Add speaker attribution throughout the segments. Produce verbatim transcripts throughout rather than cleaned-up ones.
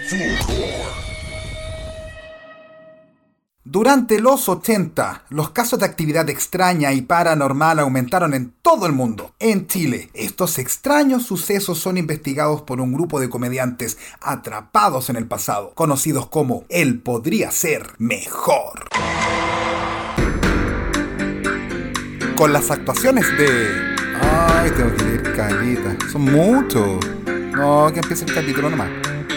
Speaker 1: Durante los ochenta, los casos de actividad extraña y paranormal aumentaron en todo el mundo. En Chile, estos extraños sucesos son investigados por un grupo de comediantes atrapados en el pasado, conocidos como El Podría Ser Mejor. Con las actuaciones de... Ay, tengo que leer caleta. Son muchos. No, que empiece el capítulo nomás.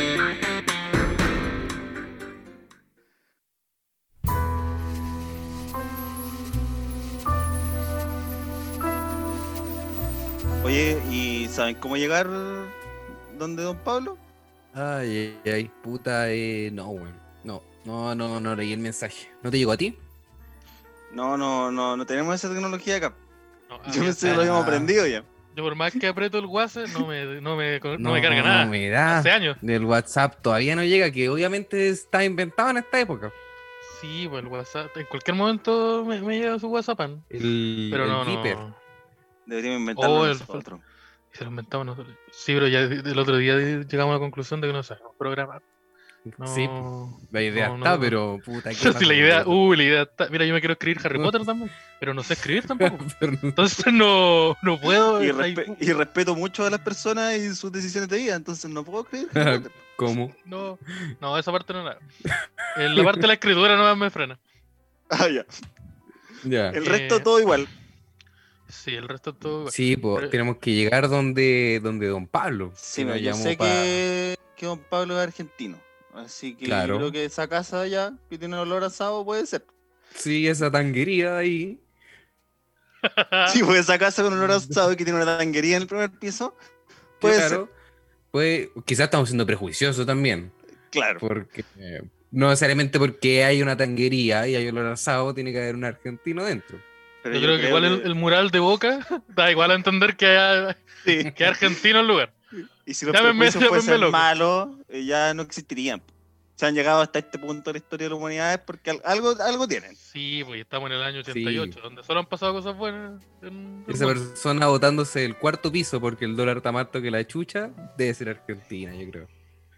Speaker 2: Oye, ¿y saben cómo llegar donde Don Pablo?
Speaker 3: Ay, ay, ay, puta, eh, no, weón. No, no, no, no leí el mensaje. ¿No te llegó a ti?
Speaker 2: No, no, no, no tenemos esa tecnología acá.
Speaker 4: No,
Speaker 2: Yo
Speaker 4: ah,
Speaker 2: pensé que
Speaker 4: ah,
Speaker 2: lo habíamos aprendido ya.
Speaker 4: Yo por más que aprieto el WhatsApp, no me, no me, no
Speaker 3: No,
Speaker 4: me carga nada.
Speaker 3: No me da.
Speaker 4: Hace años.
Speaker 3: Del WhatsApp todavía no llega, que obviamente está inventado en esta época.
Speaker 4: Sí, pues el WhatsApp, en cualquier momento me, me llega su WhatsApp. ¿no?
Speaker 3: El,
Speaker 4: Pero
Speaker 3: el
Speaker 4: no,
Speaker 3: Viper.
Speaker 4: no.
Speaker 2: Deberíamos inventarlo
Speaker 4: Oh, el-
Speaker 2: nosotros.
Speaker 4: Se lo inventamos nosotros. Sí, pero ya el otro día llegamos a la conclusión de que no sabemos programar. No,
Speaker 3: Sí, la idea
Speaker 4: no,
Speaker 3: está,
Speaker 4: no.
Speaker 3: pero puta, ¿qué
Speaker 4: Sí,
Speaker 3: pasa
Speaker 4: la
Speaker 3: con
Speaker 4: idea,
Speaker 3: el otro?
Speaker 4: uh, la idea está. Mira, yo me quiero escribir Harry Potter también, pero no sé escribir tampoco.
Speaker 3: Pero no-
Speaker 4: Entonces no, no puedo.
Speaker 2: Y,
Speaker 4: está ahí-
Speaker 2: respe- y respeto mucho a las personas y sus decisiones de vida, entonces no puedo creer. Harry Potter.
Speaker 3: ¿Cómo?
Speaker 4: No, no, esa parte no la hago. En la parte de la escritura no me frena.
Speaker 2: Ah, ya.
Speaker 3: Ya.
Speaker 2: El
Speaker 4: Eh,
Speaker 2: resto todo igual.
Speaker 4: Sí, el resto todo.
Speaker 3: Sí, pues
Speaker 4: Pero-
Speaker 3: tenemos que llegar donde, donde Don Pablo.
Speaker 2: Sí,
Speaker 3: Si
Speaker 2: no,
Speaker 3: nos
Speaker 2: yo
Speaker 3: llamó
Speaker 2: sé
Speaker 3: pa-
Speaker 2: que, que Don Pablo es argentino. Así que
Speaker 3: Claro.
Speaker 2: yo creo que esa casa allá, que tiene olor a asado, puede ser.
Speaker 3: Sí, esa tanguería ahí.
Speaker 2: Sí, pues esa casa con olor a asado y que tiene una tanguería en el primer piso, puede
Speaker 3: Claro. Pues quizás estamos siendo prejuiciosos también.
Speaker 2: ser. Claro.
Speaker 3: Porque eh, no necesariamente porque hay una tanguería y hay olor a asado, tiene que haber un argentino dentro.
Speaker 2: Pero
Speaker 4: Yo creo que igual el, el mural de Boca da igual a entender que hay,
Speaker 2: sí.
Speaker 4: que hay argentino el lugar.
Speaker 2: Y si los
Speaker 4: Llámenme-
Speaker 2: prejuicios fuesen
Speaker 4: llámenme loco.
Speaker 2: malos, eh, ya no existirían. Se han llegado hasta este punto de la historia de la humanidad es porque al- algo, algo tienen.
Speaker 4: Sí, pues estamos en el año ochenta y ocho,
Speaker 3: Sí.
Speaker 4: donde solo han pasado cosas buenas. En el
Speaker 3: Esa
Speaker 4: mundo.
Speaker 3: persona botándose del cuarto piso porque el dólar está más alto que la chucha, debe ser argentina, yo creo.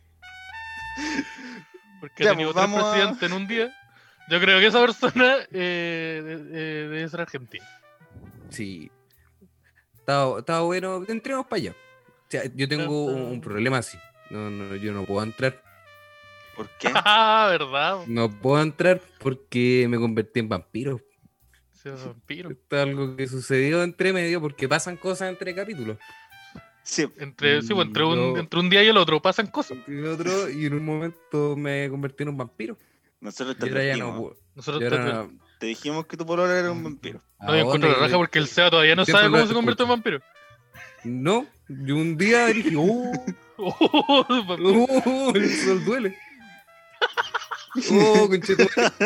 Speaker 4: Porque
Speaker 2: Ya,
Speaker 4: ha tenido
Speaker 2: pues,
Speaker 4: tres
Speaker 2: vamos a-
Speaker 4: presidentes en un día. Yo creo que esa persona eh, de- de- debe ser argentina.
Speaker 3: Sí. Está, está bueno, entremos para allá. O sea, yo tengo un, un problema así. No, no, yo no puedo entrar.
Speaker 2: ¿Por qué?
Speaker 4: Ah, ¿verdad?
Speaker 3: No puedo entrar porque me convertí en vampiro.
Speaker 4: Sí, es vampiro.
Speaker 3: Esto es algo que sucedió entre medio porque pasan cosas entre capítulos.
Speaker 2: Sí,
Speaker 4: Entre, sí, pues, entre, un,
Speaker 3: Yo-
Speaker 4: entre un día y el otro pasan cosas.
Speaker 3: Y el otro, y en un momento me convertí en un vampiro.
Speaker 2: nosotros te
Speaker 3: Y ahora ya no
Speaker 2: advertimos.
Speaker 3: puedo.
Speaker 4: Nosotros
Speaker 3: Y
Speaker 4: te-
Speaker 3: ahora-
Speaker 2: Te dijimos que tu pololo era un vampiro.
Speaker 4: no me encuentro la
Speaker 3: ahora-
Speaker 4: raja porque el Seba todavía no
Speaker 3: Siempre
Speaker 4: sabe
Speaker 3: lo
Speaker 4: cómo se convierte en
Speaker 3: escucho.
Speaker 4: vampiro.
Speaker 3: No, yo un día dije, oh,
Speaker 4: Oh, vampiro.
Speaker 3: oh, el sol duele. Oh, concheto.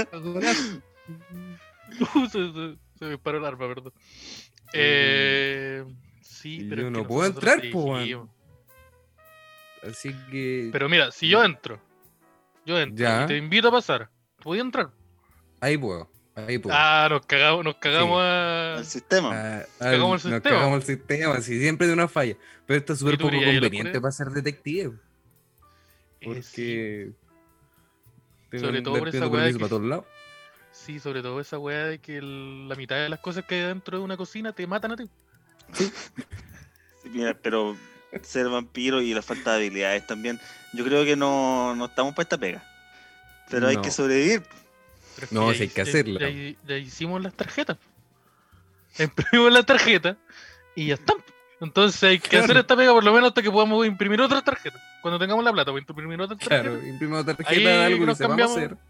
Speaker 4: Uh, se, se, se me paró el arma, perdón. Eh, sí,
Speaker 3: Y
Speaker 4: pero
Speaker 3: yo
Speaker 4: es
Speaker 3: no
Speaker 4: que
Speaker 3: puedo
Speaker 4: nosotros
Speaker 3: entrar,
Speaker 4: te
Speaker 3: po, weón.
Speaker 4: dijimos.
Speaker 3: Así que
Speaker 4: Pero mira, si yo entro, yo entro
Speaker 3: Ya.
Speaker 4: y te invito a pasar, ¿podía entrar?
Speaker 3: ahí puedo, ahí puedo.
Speaker 4: Ah, nos cagamos, nos cagamos
Speaker 3: Sí.
Speaker 4: a...
Speaker 2: El sistema.
Speaker 3: Ah,
Speaker 4: cagamos el
Speaker 3: nos
Speaker 4: sistema.
Speaker 3: cagamos el sistema, sí, siempre de una falla. Pero esto es súper
Speaker 4: tú
Speaker 3: poco
Speaker 4: creías, yo lo
Speaker 3: conveniente
Speaker 4: creo.
Speaker 3: para ser detective.
Speaker 4: Eh, sí,
Speaker 3: Porque tengo
Speaker 4: Sobre
Speaker 3: que
Speaker 4: todo
Speaker 3: andar
Speaker 4: por esa
Speaker 3: pidiendo
Speaker 4: weá
Speaker 3: permiso
Speaker 4: que-
Speaker 3: para todos lados.
Speaker 4: sí, sobre todo esa weá de que el- la mitad de las cosas que hay dentro de una cocina te matan a ti.
Speaker 2: Sí, mira, pero ser vampiro y la falta de habilidades también. Yo creo que no, no estamos para esta pega. Pero hay
Speaker 3: No.
Speaker 2: que sobrevivir.
Speaker 4: Pero es
Speaker 3: No,
Speaker 4: ya
Speaker 3: sí hay
Speaker 4: hi-
Speaker 3: que
Speaker 4: ya-
Speaker 3: hacerla.
Speaker 4: Ya, ya hicimos las tarjetas. Imprimimos las tarjetas y ya están. Entonces hay que
Speaker 3: Claro.
Speaker 4: hacer esta pega por lo menos hasta que podamos imprimir otras tarjetas. Cuando tengamos la plata, pues imprimir otras tarjetas.
Speaker 3: Claro, imprimimos tarjeta
Speaker 4: Ahí
Speaker 3: de algo que
Speaker 4: nos
Speaker 3: sepamos
Speaker 4: cambiamos.
Speaker 3: hacer.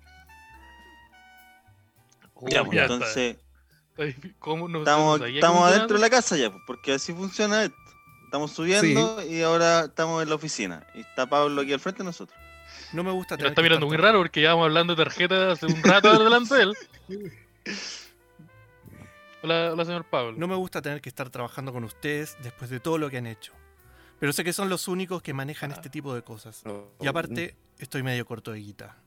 Speaker 4: Oh,
Speaker 2: Ya, pues,
Speaker 4: ya está.
Speaker 2: entonces
Speaker 4: Ay, ¿cómo no-
Speaker 2: estamos,
Speaker 4: no sabía
Speaker 2: estamos
Speaker 4: cómo
Speaker 2: adentro de
Speaker 4: funcionaba?
Speaker 2: la casa ya, pues, porque así funciona esto. Estamos subiendo y ahora estamos en la oficina. Y está Pablo aquí al frente de nosotros.
Speaker 5: No me gusta
Speaker 4: Me
Speaker 5: tener
Speaker 4: está
Speaker 5: que
Speaker 4: mirando
Speaker 5: estar
Speaker 4: muy raro porque llevamos hablando de tarjetas hace un rato delante de él. Hola, hola señor Pablo.
Speaker 5: No me gusta tener que estar trabajando con ustedes después de todo lo que han hecho. Pero sé que son los únicos que manejan este tipo de cosas. Y aparte, estoy medio corto de guita.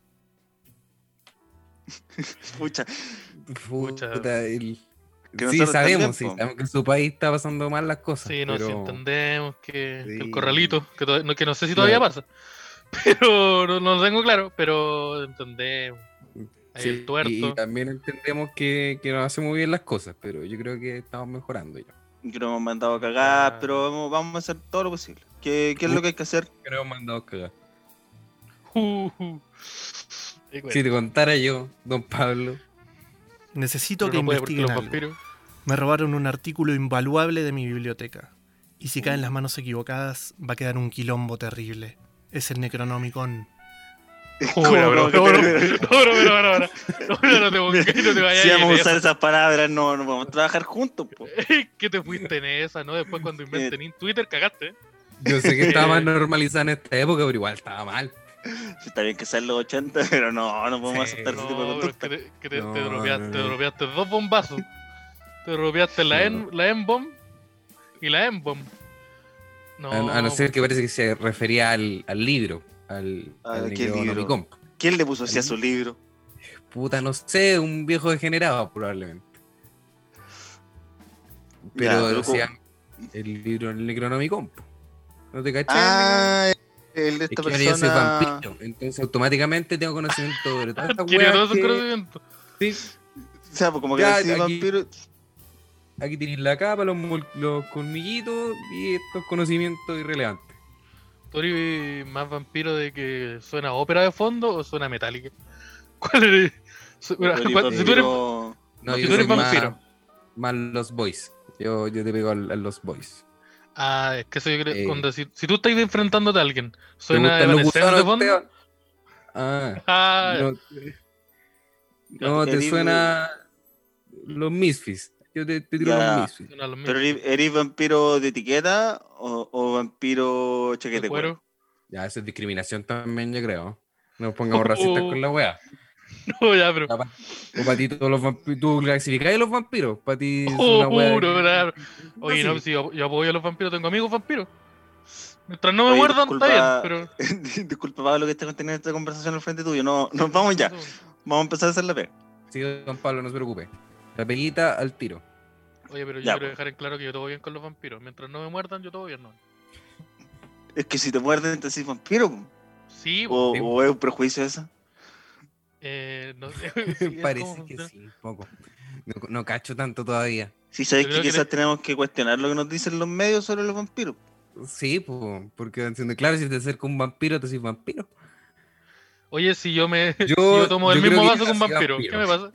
Speaker 2: Pucha,
Speaker 3: Puta, el-
Speaker 2: Que
Speaker 3: Sí,
Speaker 2: nosotros
Speaker 3: sabemos,
Speaker 2: también,
Speaker 3: sí,
Speaker 2: po.
Speaker 3: sabemos que en su país está pasando mal las cosas.
Speaker 4: Sí, no, sí
Speaker 3: pero...
Speaker 4: entendemos que, que
Speaker 3: Sí.
Speaker 4: el corralito, que, to- no, que no sé si todavía
Speaker 3: Claro.
Speaker 4: pasa. Pero no, no lo tengo claro, pero entendemos. Ahí
Speaker 3: Sí,
Speaker 4: el tuerto.
Speaker 3: y también entendemos que, que no hacemos bien las cosas, pero yo creo que estamos mejorando ya.
Speaker 2: Creo que hemos mandado a cagar,
Speaker 4: Ah.
Speaker 2: pero vamos, vamos a hacer todo lo posible. ¿Qué, qué es lo que hay que hacer?
Speaker 3: Creo que mandado a cagar.
Speaker 4: Uh, uh. Y bueno,
Speaker 3: Si te contara yo, don Pablo,
Speaker 5: Necesito
Speaker 4: pero
Speaker 5: que
Speaker 4: no puede porque
Speaker 5: investiguen
Speaker 4: los
Speaker 5: algo.
Speaker 4: vampiros.
Speaker 5: Me robaron un artículo invaluable de mi biblioteca. Y si cae en las manos equivocadas, va a quedar un quilombo terrible. Es el Necronomicon.
Speaker 4: Oh,
Speaker 2: ¿Cómo,
Speaker 4: pero,
Speaker 2: cómo
Speaker 4: pero,
Speaker 2: que-
Speaker 4: pero, pero, pero, pero, pero, no, no te pongas, no te vayas
Speaker 2: Si vamos a
Speaker 4: en
Speaker 2: usar
Speaker 4: esa.
Speaker 2: esas palabras, no, no vamos a trabajar juntos. Po.
Speaker 4: Que te fuiste en esa, ¿no? Después cuando inventen en Twitter cagaste. ¿eh?
Speaker 3: yo sé que estaba más normalizada en esta época, pero igual estaba mal.
Speaker 2: Está bien que sean los ochenta, pero no, no podemos
Speaker 3: Sí.
Speaker 2: aceptar ese tipo de
Speaker 4: No, pero es
Speaker 2: conducta.
Speaker 4: que te, que te,
Speaker 3: No,
Speaker 4: te dropeaste,
Speaker 3: no,
Speaker 4: te
Speaker 3: no.
Speaker 4: dropeaste dos bombazos. Te dropeaste la
Speaker 3: No.
Speaker 4: N, la N-bomb y la M-bomb. No,
Speaker 3: A, a no ser que parece que se refería al, al libro, al,
Speaker 2: Ah,
Speaker 3: al
Speaker 2: ¿qué libro?
Speaker 3: Necronomicon.
Speaker 2: ¿Quién le puso así a su libro?
Speaker 3: Puta, no sé, un viejo degenerado probablemente. Pero
Speaker 2: Ya, pero
Speaker 3: decían el libro el Necronomicon. po. ¿No te cachai?
Speaker 2: Ah, el de
Speaker 3: Es
Speaker 2: esta
Speaker 3: que ahora yo soy
Speaker 2: persona.
Speaker 3: vampiro, entonces automáticamente tengo conocimiento sobre todas estas
Speaker 4: adquirió todo
Speaker 3: weas
Speaker 4: su
Speaker 3: que-
Speaker 4: conocimiento.
Speaker 3: Sí,
Speaker 2: O sea, pues como que
Speaker 3: Ya,
Speaker 2: así
Speaker 3: aquí-
Speaker 2: vampiro.
Speaker 3: aquí tenéis la capa, los, mol- los colmillitos y estos conocimientos irrelevantes.
Speaker 4: ¿Tú eres más vampiro de que suena ópera de fondo o suena metálica? ¿Cuál eres? Su- mira,
Speaker 2: Pero
Speaker 4: cuando- si tú eres,
Speaker 2: vampiro-
Speaker 3: No,
Speaker 4: si
Speaker 3: yo
Speaker 4: tú eres
Speaker 3: soy
Speaker 4: vampiro.
Speaker 3: más, más los boys. Yo, yo te pego al- a los boys.
Speaker 4: Ah, es que eso yo creo.
Speaker 3: Eh.
Speaker 4: onda, si, si tú estás enfrentándote a alguien,
Speaker 3: ¿Te
Speaker 4: suena
Speaker 3: gustan los
Speaker 4: Evanescence
Speaker 3: gusanos,
Speaker 4: de fondo.
Speaker 3: Esteban? Ah,
Speaker 4: Ah,
Speaker 3: no, no
Speaker 2: Ya,
Speaker 3: te
Speaker 2: eres-
Speaker 3: suena los Misfits. Yo te, te tiro
Speaker 2: Ya.
Speaker 3: los Misfits.
Speaker 4: suena lo mismo.
Speaker 2: ¿Pero eres, eres vampiro de etiqueta o, o vampiro chaquete
Speaker 4: ¿De
Speaker 2: de cuero?
Speaker 4: cuero?
Speaker 3: Ya, eso es discriminación también, yo creo. No nos pongamos racistas con la wea.
Speaker 4: No, ya, pero.
Speaker 3: O para ti todos los vampiros, tú clasificáis a los vampiros. Para ti es
Speaker 4: Oh,
Speaker 3: una wea.
Speaker 4: no, no, Oye, no,
Speaker 3: Así.
Speaker 4: si yo, yo apoyo a los vampiros, tengo amigos vampiros. Mientras no me
Speaker 2: Oye,
Speaker 4: muerdan,
Speaker 2: disculpa-
Speaker 4: está bien, pero.
Speaker 2: Disculpa, Pablo, que esté conteniendo esta conversación al frente tuyo. No, nos vamos ya. Vamos a empezar a hacer la pega.
Speaker 3: Sí, don Pablo, no se preocupe. La peguita al tiro.
Speaker 4: Oye, pero yo
Speaker 2: Ya,
Speaker 4: quiero
Speaker 2: pues.
Speaker 4: dejar en claro que yo todo bien con los vampiros. Mientras no me muerdan, yo todo bien, ¿no?
Speaker 2: Es que si te muerden, te haces vampiro. po.
Speaker 4: Sí,
Speaker 2: O,
Speaker 3: sí.
Speaker 2: o es un prejuicio eso.
Speaker 4: eh, no sé. sí, es
Speaker 3: Parece
Speaker 4: como-
Speaker 3: que sí, un poco. No, no cacho tanto todavía.
Speaker 2: Si sabes
Speaker 4: Yo
Speaker 2: que
Speaker 4: creo que
Speaker 2: quizás
Speaker 4: le-
Speaker 2: tenemos que cuestionar lo que nos dicen los medios sobre los vampiros.
Speaker 3: Sí, pues, porque diciendo, claro, si te acerca un vampiro, te soy vampiro.
Speaker 4: Oye, si yo me.
Speaker 3: Yo-
Speaker 4: si yo tomo el
Speaker 3: yo creo
Speaker 4: mismo
Speaker 3: que
Speaker 4: vaso
Speaker 3: yo
Speaker 4: que un
Speaker 3: nací
Speaker 4: vampiro,
Speaker 3: vampiro.
Speaker 4: ¿qué me pasa?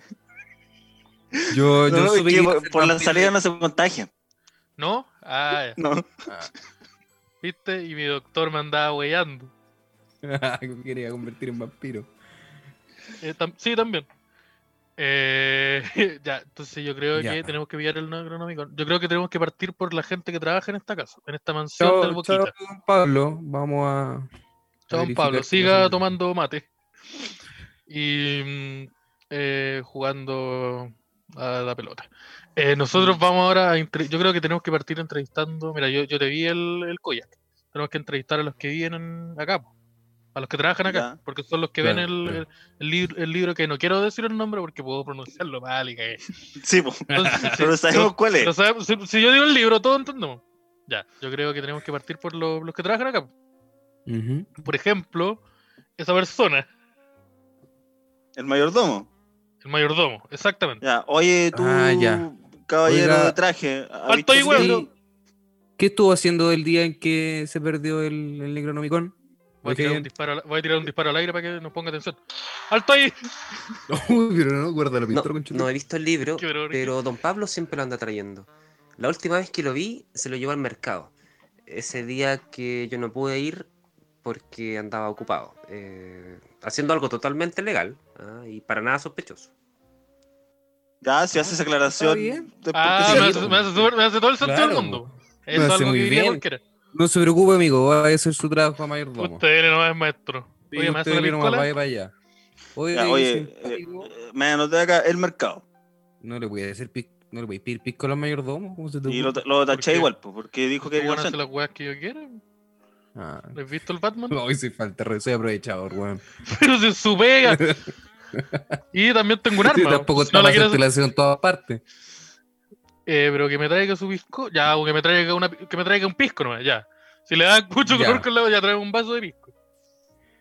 Speaker 3: Yo,
Speaker 2: No,
Speaker 3: yo
Speaker 2: no, es
Speaker 3: supe
Speaker 2: que
Speaker 3: que iba a
Speaker 2: por,
Speaker 3: ser
Speaker 2: por la
Speaker 3: vampiro.
Speaker 2: salida no se contagia.
Speaker 4: ¿No? Ah, ya.
Speaker 2: No.
Speaker 3: Ah,
Speaker 4: ¿Viste? Y mi doctor me andaba weyando.
Speaker 3: me quería convertir en vampiro.
Speaker 4: Eh, tam- sí, también. Eh, ya, entonces yo creo
Speaker 3: Ya.
Speaker 4: que tenemos que pillar el Necronomicon. Yo creo que tenemos que partir por la gente que trabaja en esta casa, en esta mansión del
Speaker 3: Chao,
Speaker 4: Boquita.
Speaker 3: chao, don Pablo. Vamos a. a
Speaker 4: Chao, don
Speaker 3: verificar
Speaker 4: Pablo,
Speaker 3: qué
Speaker 4: siga
Speaker 3: pasa.
Speaker 4: tomando mate. Y mm, eh, jugando a la pelota. Eh, nosotros vamos ahora a entre- yo creo que tenemos que partir entrevistando. Mira, yo, yo te vi el, el Koyak. Tenemos que entrevistar a los que vienen acá, po. A los que trabajan acá,
Speaker 2: Ya.
Speaker 4: porque son los que
Speaker 3: Claro,
Speaker 4: ven el,
Speaker 3: claro.
Speaker 4: el, el libro, el libro que no quiero decir el nombre porque puedo pronunciarlo mal y cagué.
Speaker 2: Sí, po.
Speaker 4: Entonces,
Speaker 2: Pero sabemos cuál
Speaker 4: pero
Speaker 2: es.
Speaker 4: sabemos- si, si yo digo el libro, todos entendemos. Ya, yo creo que tenemos que partir por lo- los que trabajan acá.
Speaker 3: Ujú.
Speaker 4: Por ejemplo, esa persona,
Speaker 2: El mayordomo.
Speaker 4: el mayordomo, exactamente.
Speaker 2: Ya. Oye, tú,
Speaker 3: Ah, ya.
Speaker 2: caballero
Speaker 3: Oiga,
Speaker 2: de traje. ¿has
Speaker 4: alto
Speaker 2: visto
Speaker 4: ahí,
Speaker 2: ese
Speaker 4: weón.
Speaker 2: libro?
Speaker 3: ¿Qué estuvo haciendo el día en que se perdió el, el Necronomicon?
Speaker 4: Voy a, tirar un disparo, al- voy a tirar un disparo al aire para que nos ponga atención. ¡Alto ahí!
Speaker 3: Uy, pero no, guarda la
Speaker 6: No,
Speaker 3: pistola, conchetumare.
Speaker 6: no he visto el libro,
Speaker 4: Qué vergüenza.
Speaker 6: pero don Pablo siempre lo anda trayendo. La última vez que lo vi, se lo llevó al mercado. Ese día que yo no pude ir porque andaba ocupado, eh, haciendo algo totalmente legal, ¿ah? Y para nada sospechoso.
Speaker 2: Ya, si haces aclaración.
Speaker 3: bien.
Speaker 2: después
Speaker 4: Ah,
Speaker 2: que
Speaker 4: me
Speaker 2: se-
Speaker 4: hace, me hace súper- me hace todo el sentido
Speaker 3: Claro,
Speaker 4: del mundo.
Speaker 3: po.
Speaker 4: Eso
Speaker 3: Me
Speaker 4: es
Speaker 3: hace
Speaker 4: algo
Speaker 3: muy
Speaker 4: que diría
Speaker 3: bien.
Speaker 4: cualquiera.
Speaker 3: No se preocupe, amigo, va a hacer su trabajo a mayordomo.
Speaker 4: Usted no es maestro.
Speaker 3: Sí,
Speaker 4: Oye, ¿me hace
Speaker 3: usted
Speaker 4: la
Speaker 3: le nomás
Speaker 4: piscola?
Speaker 3: vaya para allá. Oye,
Speaker 2: Ya, oye,
Speaker 3: simpático.
Speaker 2: eh, me anoté acá el mercado.
Speaker 3: No le voy a decir pic, no le voy a pedir pisco a los mayordomos. ¿Cómo se te
Speaker 2: Y lo,
Speaker 3: ocurre?
Speaker 2: lo
Speaker 4: ¿Por
Speaker 2: taché
Speaker 4: qué?
Speaker 2: igual, pues, porque dijo que
Speaker 4: ¿Tú
Speaker 2: era
Speaker 4: van a hacer
Speaker 2: inocente.
Speaker 4: las weas que yo quiera?
Speaker 3: Ah.
Speaker 4: ¿No has visto el Batman?
Speaker 3: No, hoy soy falta, re- soy aprovechador, weón.
Speaker 4: Pero si es su pega. Y también tengo un arma.
Speaker 3: Tampoco
Speaker 4: si no
Speaker 3: está
Speaker 4: la
Speaker 3: la
Speaker 4: quieres-
Speaker 3: circulación en todas partes.
Speaker 4: Eh, pero que me traiga su pisco. Ya, o que me traiga una, que me traiga un pisco nomás, ya. Si le da mucho
Speaker 3: Ya.
Speaker 4: color con la ya traigo un vaso de pisco.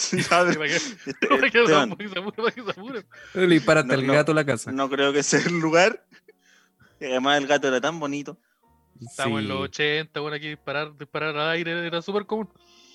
Speaker 2: Ya, pero-
Speaker 4: Para que-
Speaker 2: este-
Speaker 4: para que se
Speaker 2: Esteban,
Speaker 4: apure, se apure, para que se apure.
Speaker 3: Le disparaste
Speaker 2: No,
Speaker 3: al
Speaker 2: no.
Speaker 3: gato a la casa.
Speaker 2: no creo que sea el lugar. Y además el gato era tan bonito.
Speaker 4: Estamos en los
Speaker 3: Sí.
Speaker 4: ochenta, bueno, aquí disparar, disparar al aire era súper común.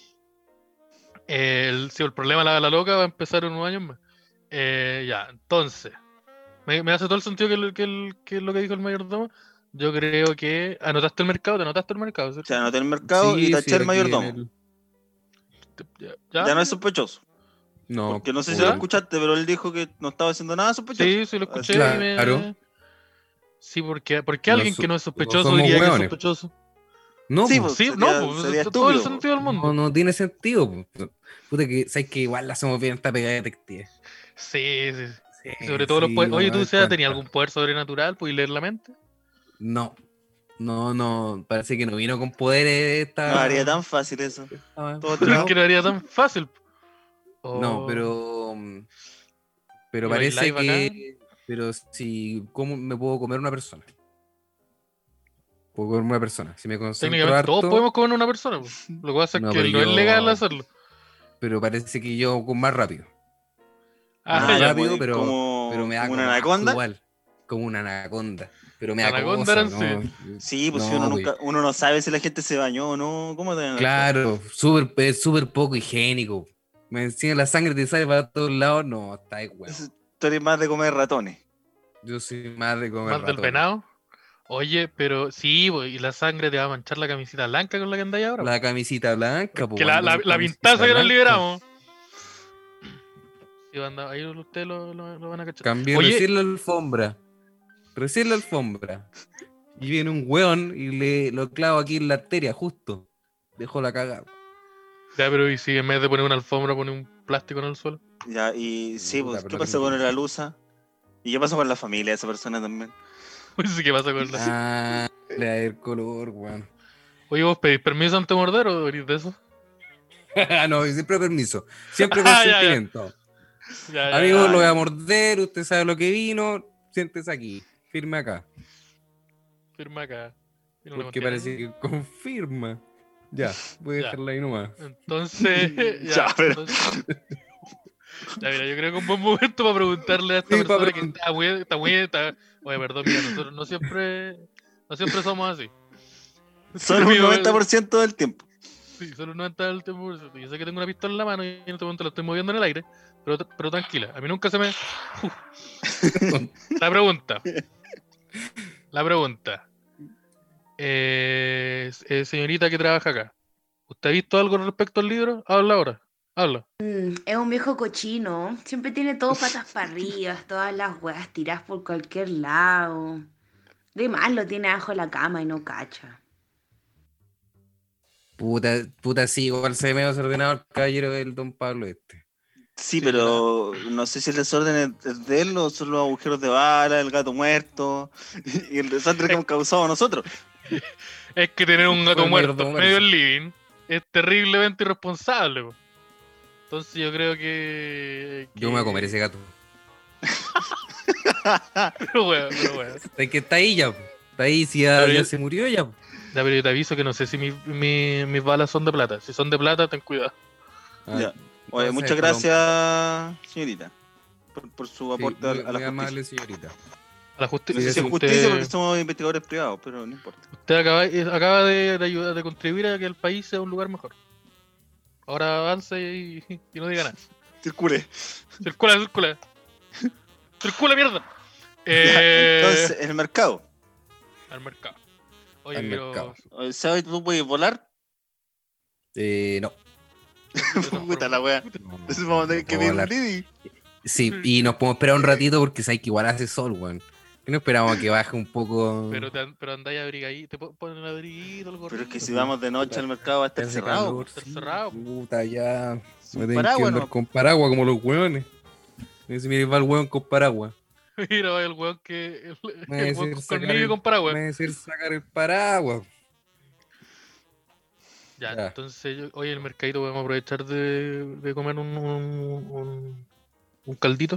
Speaker 4: Eh, el, sí, el problema de la, la loca va a empezar en unos años más. Eh, ya, entonces, me, me hace todo el sentido que, el- que, el- que lo que dijo el mayordomo. Yo creo que anotaste el mercado, te anotaste el mercado,
Speaker 2: O
Speaker 4: ¿cierto?
Speaker 2: sea, anoté el mercado
Speaker 3: Sí,
Speaker 2: y
Speaker 3: sí,
Speaker 2: taché el
Speaker 3: aquí en
Speaker 2: mayordomo.
Speaker 3: el-
Speaker 4: Ya, ya,
Speaker 2: Ya no es sospechoso.
Speaker 3: No,
Speaker 2: Porque no sé si
Speaker 3: pues,
Speaker 2: lo escuchaste, pero él dijo que no estaba haciendo nada sospechoso.
Speaker 4: sí, sí lo escuché
Speaker 3: Claro.
Speaker 4: y me... Sí, porque, porque
Speaker 3: No
Speaker 4: alguien
Speaker 3: so-
Speaker 4: que no es
Speaker 3: no
Speaker 4: sospechoso
Speaker 3: somos
Speaker 4: diría que es
Speaker 3: hueones.
Speaker 4: sospechoso.
Speaker 3: No,
Speaker 2: Sí,
Speaker 3: pues,
Speaker 2: pues,
Speaker 4: Sí,
Speaker 2: sería-
Speaker 4: no, pues
Speaker 2: sería
Speaker 4: todo el
Speaker 2: estúpido,
Speaker 4: sentido del mundo.
Speaker 3: no, no tiene sentido. pues. Puta que, sabes que igual la hacemos bien esta pegada de detective.
Speaker 4: Sí, sí, sí.
Speaker 3: Sí,
Speaker 4: Y sobre todo los
Speaker 3: sí,
Speaker 4: poderes.
Speaker 3: no
Speaker 4: Oye,
Speaker 3: me
Speaker 4: ¿tú
Speaker 3: doy
Speaker 4: Seba, tenías
Speaker 3: cuenta.
Speaker 4: algún poder sobrenatural? ¿Puedes leer la mente?
Speaker 3: No, no, no, parece que no vino con poderes esta...
Speaker 2: No haría tan fácil eso.
Speaker 3: esta-
Speaker 2: Todo
Speaker 4: Pero es
Speaker 3: no,
Speaker 4: que no haría tan fácil.
Speaker 3: no,
Speaker 4: Oh,
Speaker 3: pero... mm, Pero
Speaker 4: ¿Y
Speaker 3: parece
Speaker 4: bailáis
Speaker 3: que... Pero si... ¿Cómo me puedo comer una persona? Puedo comer una persona. Si me concentro
Speaker 4: técnicamente todos
Speaker 3: harto,
Speaker 4: podemos comer una persona. Pues. Lo que pasa es
Speaker 3: No,
Speaker 4: que
Speaker 3: pero
Speaker 4: no es
Speaker 3: yo-
Speaker 4: legal hacerlo.
Speaker 3: pero parece que yo con más rápido.
Speaker 4: Ah,
Speaker 3: Más
Speaker 4: ya.
Speaker 3: rápido,
Speaker 2: como-
Speaker 3: pero,
Speaker 2: como,
Speaker 3: pero me da
Speaker 2: como
Speaker 3: como
Speaker 2: una
Speaker 3: asco
Speaker 2: anaconda.
Speaker 3: igual. Como una anaconda. Pero me da
Speaker 4: Anaconda
Speaker 3: cosa,
Speaker 4: eran
Speaker 3: ¿no?
Speaker 2: Sí, pues si
Speaker 3: No,
Speaker 2: uno
Speaker 3: pues,
Speaker 2: nunca, uno no sabe si la gente se bañó o no. ¿Cómo te van a dar
Speaker 3: Claro, súper, es súper poco higiénico. Me encima la sangre te sale para todos lados. No, está ahí, weón.
Speaker 2: cuenta? Tú eres más de comer ratones.
Speaker 3: Yo soy más de comer
Speaker 4: Más del
Speaker 3: ratones.
Speaker 4: venado. Oye, pero sí, pues, y la sangre te va a manchar la camiseta blanca con la que andáis ahora.
Speaker 3: La camisita blanca,
Speaker 4: que
Speaker 3: po,
Speaker 4: la,
Speaker 3: ando
Speaker 4: la,
Speaker 3: con
Speaker 4: la
Speaker 3: camisita
Speaker 4: pintaza que nos
Speaker 3: blanca.
Speaker 4: liberamos. Sí, anda, ahí ustedes lo, lo- lo van a cachar.
Speaker 3: Cambié
Speaker 4: Oye,
Speaker 3: recién la alfombra. Recién la alfombra. Y viene un weón y le lo clavo aquí en la arteria, justo. Dejó la cagada.
Speaker 4: ya, pero ¿y si en vez de poner una alfombra pone un plástico en el suelo?
Speaker 2: Ya, y sí,
Speaker 3: Puta,
Speaker 2: pues,
Speaker 3: pero
Speaker 2: ¿qué
Speaker 3: no
Speaker 2: pasa
Speaker 3: tengo
Speaker 2: con
Speaker 3: tiempo.
Speaker 2: la luza? ¿Y qué pasa con la familia de esa persona también?
Speaker 4: Oye, sí, ¿qué pasa con la...
Speaker 3: Ah, le da el color, weón.
Speaker 4: Oye, ¿vos pedís permiso ante morder o venís de eso?
Speaker 3: No, siempre permiso. Siempre
Speaker 4: Ah, ya, ya.
Speaker 3: consentimiento.
Speaker 4: Ya, ya,
Speaker 3: Amigo,
Speaker 2: ya.
Speaker 3: lo voy a morder, usted sabe lo que vino, siéntese aquí, firme acá.
Speaker 4: firma acá. Y no le
Speaker 3: Porque
Speaker 4: contiene.
Speaker 3: parece que confirma. Ya, voy a
Speaker 4: Ya.
Speaker 3: dejarla ahí nomás.
Speaker 4: Entonces, ya,
Speaker 2: Ya, pero-
Speaker 4: entonces- ya, mira, yo creo que es un buen momento para preguntarle a esta
Speaker 3: Sí, para
Speaker 4: persona que
Speaker 3: pregun-
Speaker 4: está muy, está muy, está... Oye, perdón, mira, nosotros no siempre, no siempre somos así.
Speaker 2: Solo un
Speaker 4: Amigo,
Speaker 2: noventa por ciento del tiempo.
Speaker 4: Sí, solo un noventa por ciento del tiempo. Yo sé que tengo una pistola en la mano y en este momento la estoy moviendo en el aire, pero, pero tranquila, a mí nunca se me... Uf. La pregunta. La pregunta. Eh, eh, señorita que trabaja acá, ¿usted ha visto algo respecto al libro? Habla ahora, habla.
Speaker 7: Mm, es un viejo cochino. Siempre tiene todo patas para arriba, todas las weas tiradas por cualquier lado. De más lo tiene abajo de la cama y no cacha.
Speaker 3: Puta, puta, sí, igual se ve medio desordenado el caballero del don Pablo este.
Speaker 2: Sí,
Speaker 4: Sí,
Speaker 2: pero no sé si el desorden es- es de él o son los agujeros de bala, el gato muerto y el desastre que hemos causado nosotros.
Speaker 4: Es que tener un gato
Speaker 3: Fue
Speaker 4: muerto
Speaker 3: muerto,
Speaker 4: en medio del living es terriblemente irresponsable. Po. Entonces yo creo que...
Speaker 3: Yo me voy a comer ese gato.
Speaker 4: Pero bueno, pero bueno.
Speaker 3: Es que está ahí ya, po. Está ahí, si ya,
Speaker 4: Pero
Speaker 3: ya
Speaker 4: yo-
Speaker 3: se murió ya. po.
Speaker 4: Ya, pero yo te aviso que no sé si mi- mi- mis balas son de plata. Si son de plata, ten cuidado.
Speaker 3: Ah,
Speaker 2: Ya. Oye,
Speaker 3: entonces,
Speaker 2: muchas
Speaker 3: Colón.
Speaker 2: gracias, señorita, por, por su
Speaker 3: Sí,
Speaker 2: aporte
Speaker 3: muy-
Speaker 2: a, la- a
Speaker 3: muy
Speaker 2: la justicia.
Speaker 3: amable señorita.
Speaker 4: A la
Speaker 2: No
Speaker 4: justicia.
Speaker 2: sé si es
Speaker 4: usted,
Speaker 2: justicia porque somos investigadores privados, pero no importa.
Speaker 4: usted acaba, eh, acaba de, de ayudar, de contribuir a que el país sea un lugar mejor. Ahora avance y, y no diga nada.
Speaker 2: Circule.
Speaker 4: Circula, circula. Circula, mierda.
Speaker 2: Ya,
Speaker 4: Eh,
Speaker 2: Entonces, en el mercado.
Speaker 4: al mercado. Oye,
Speaker 3: Al
Speaker 4: pero...
Speaker 3: mercado.
Speaker 2: Oye, ¿sabes tú puedes volar?
Speaker 3: Eh, no.
Speaker 2: Puta la wea.
Speaker 3: no, no,
Speaker 2: Entonces vamos a tener
Speaker 3: no
Speaker 2: que
Speaker 3: puedo
Speaker 2: ver un
Speaker 3: hablar.
Speaker 2: Didi.
Speaker 3: Sí, y nos podemos esperar un ratito porque sabes que igual hace sol, weón. Y no esperamos a que baje un poco.
Speaker 4: Pero, te, an- pero andáis abrigadito, te po- ponen abriguito, el
Speaker 2: Pero
Speaker 4: gorrito.
Speaker 2: es que si vamos de noche al mercado va a estar
Speaker 3: hace
Speaker 2: cerrado.
Speaker 3: calor,
Speaker 4: Está
Speaker 3: sí,
Speaker 4: cerrado.
Speaker 3: Puta, ya.
Speaker 2: Sin
Speaker 3: Me tengo que
Speaker 2: paraguas,
Speaker 3: andar
Speaker 2: ¿no?
Speaker 3: con paraguas como los weones. Me dice, mira, va el weón con paraguas.
Speaker 4: Mira, vaya el weón que. El,
Speaker 3: Me
Speaker 4: el
Speaker 3: decir
Speaker 4: weón con
Speaker 3: sacar
Speaker 4: colmillo y
Speaker 3: el-
Speaker 4: con paraguas.
Speaker 3: Me decir sacar el paraguas.
Speaker 4: Ya,
Speaker 3: Ya.
Speaker 4: entonces, yo- hoy en el mercadito podemos aprovechar de, de comer un, un, un, un caldito.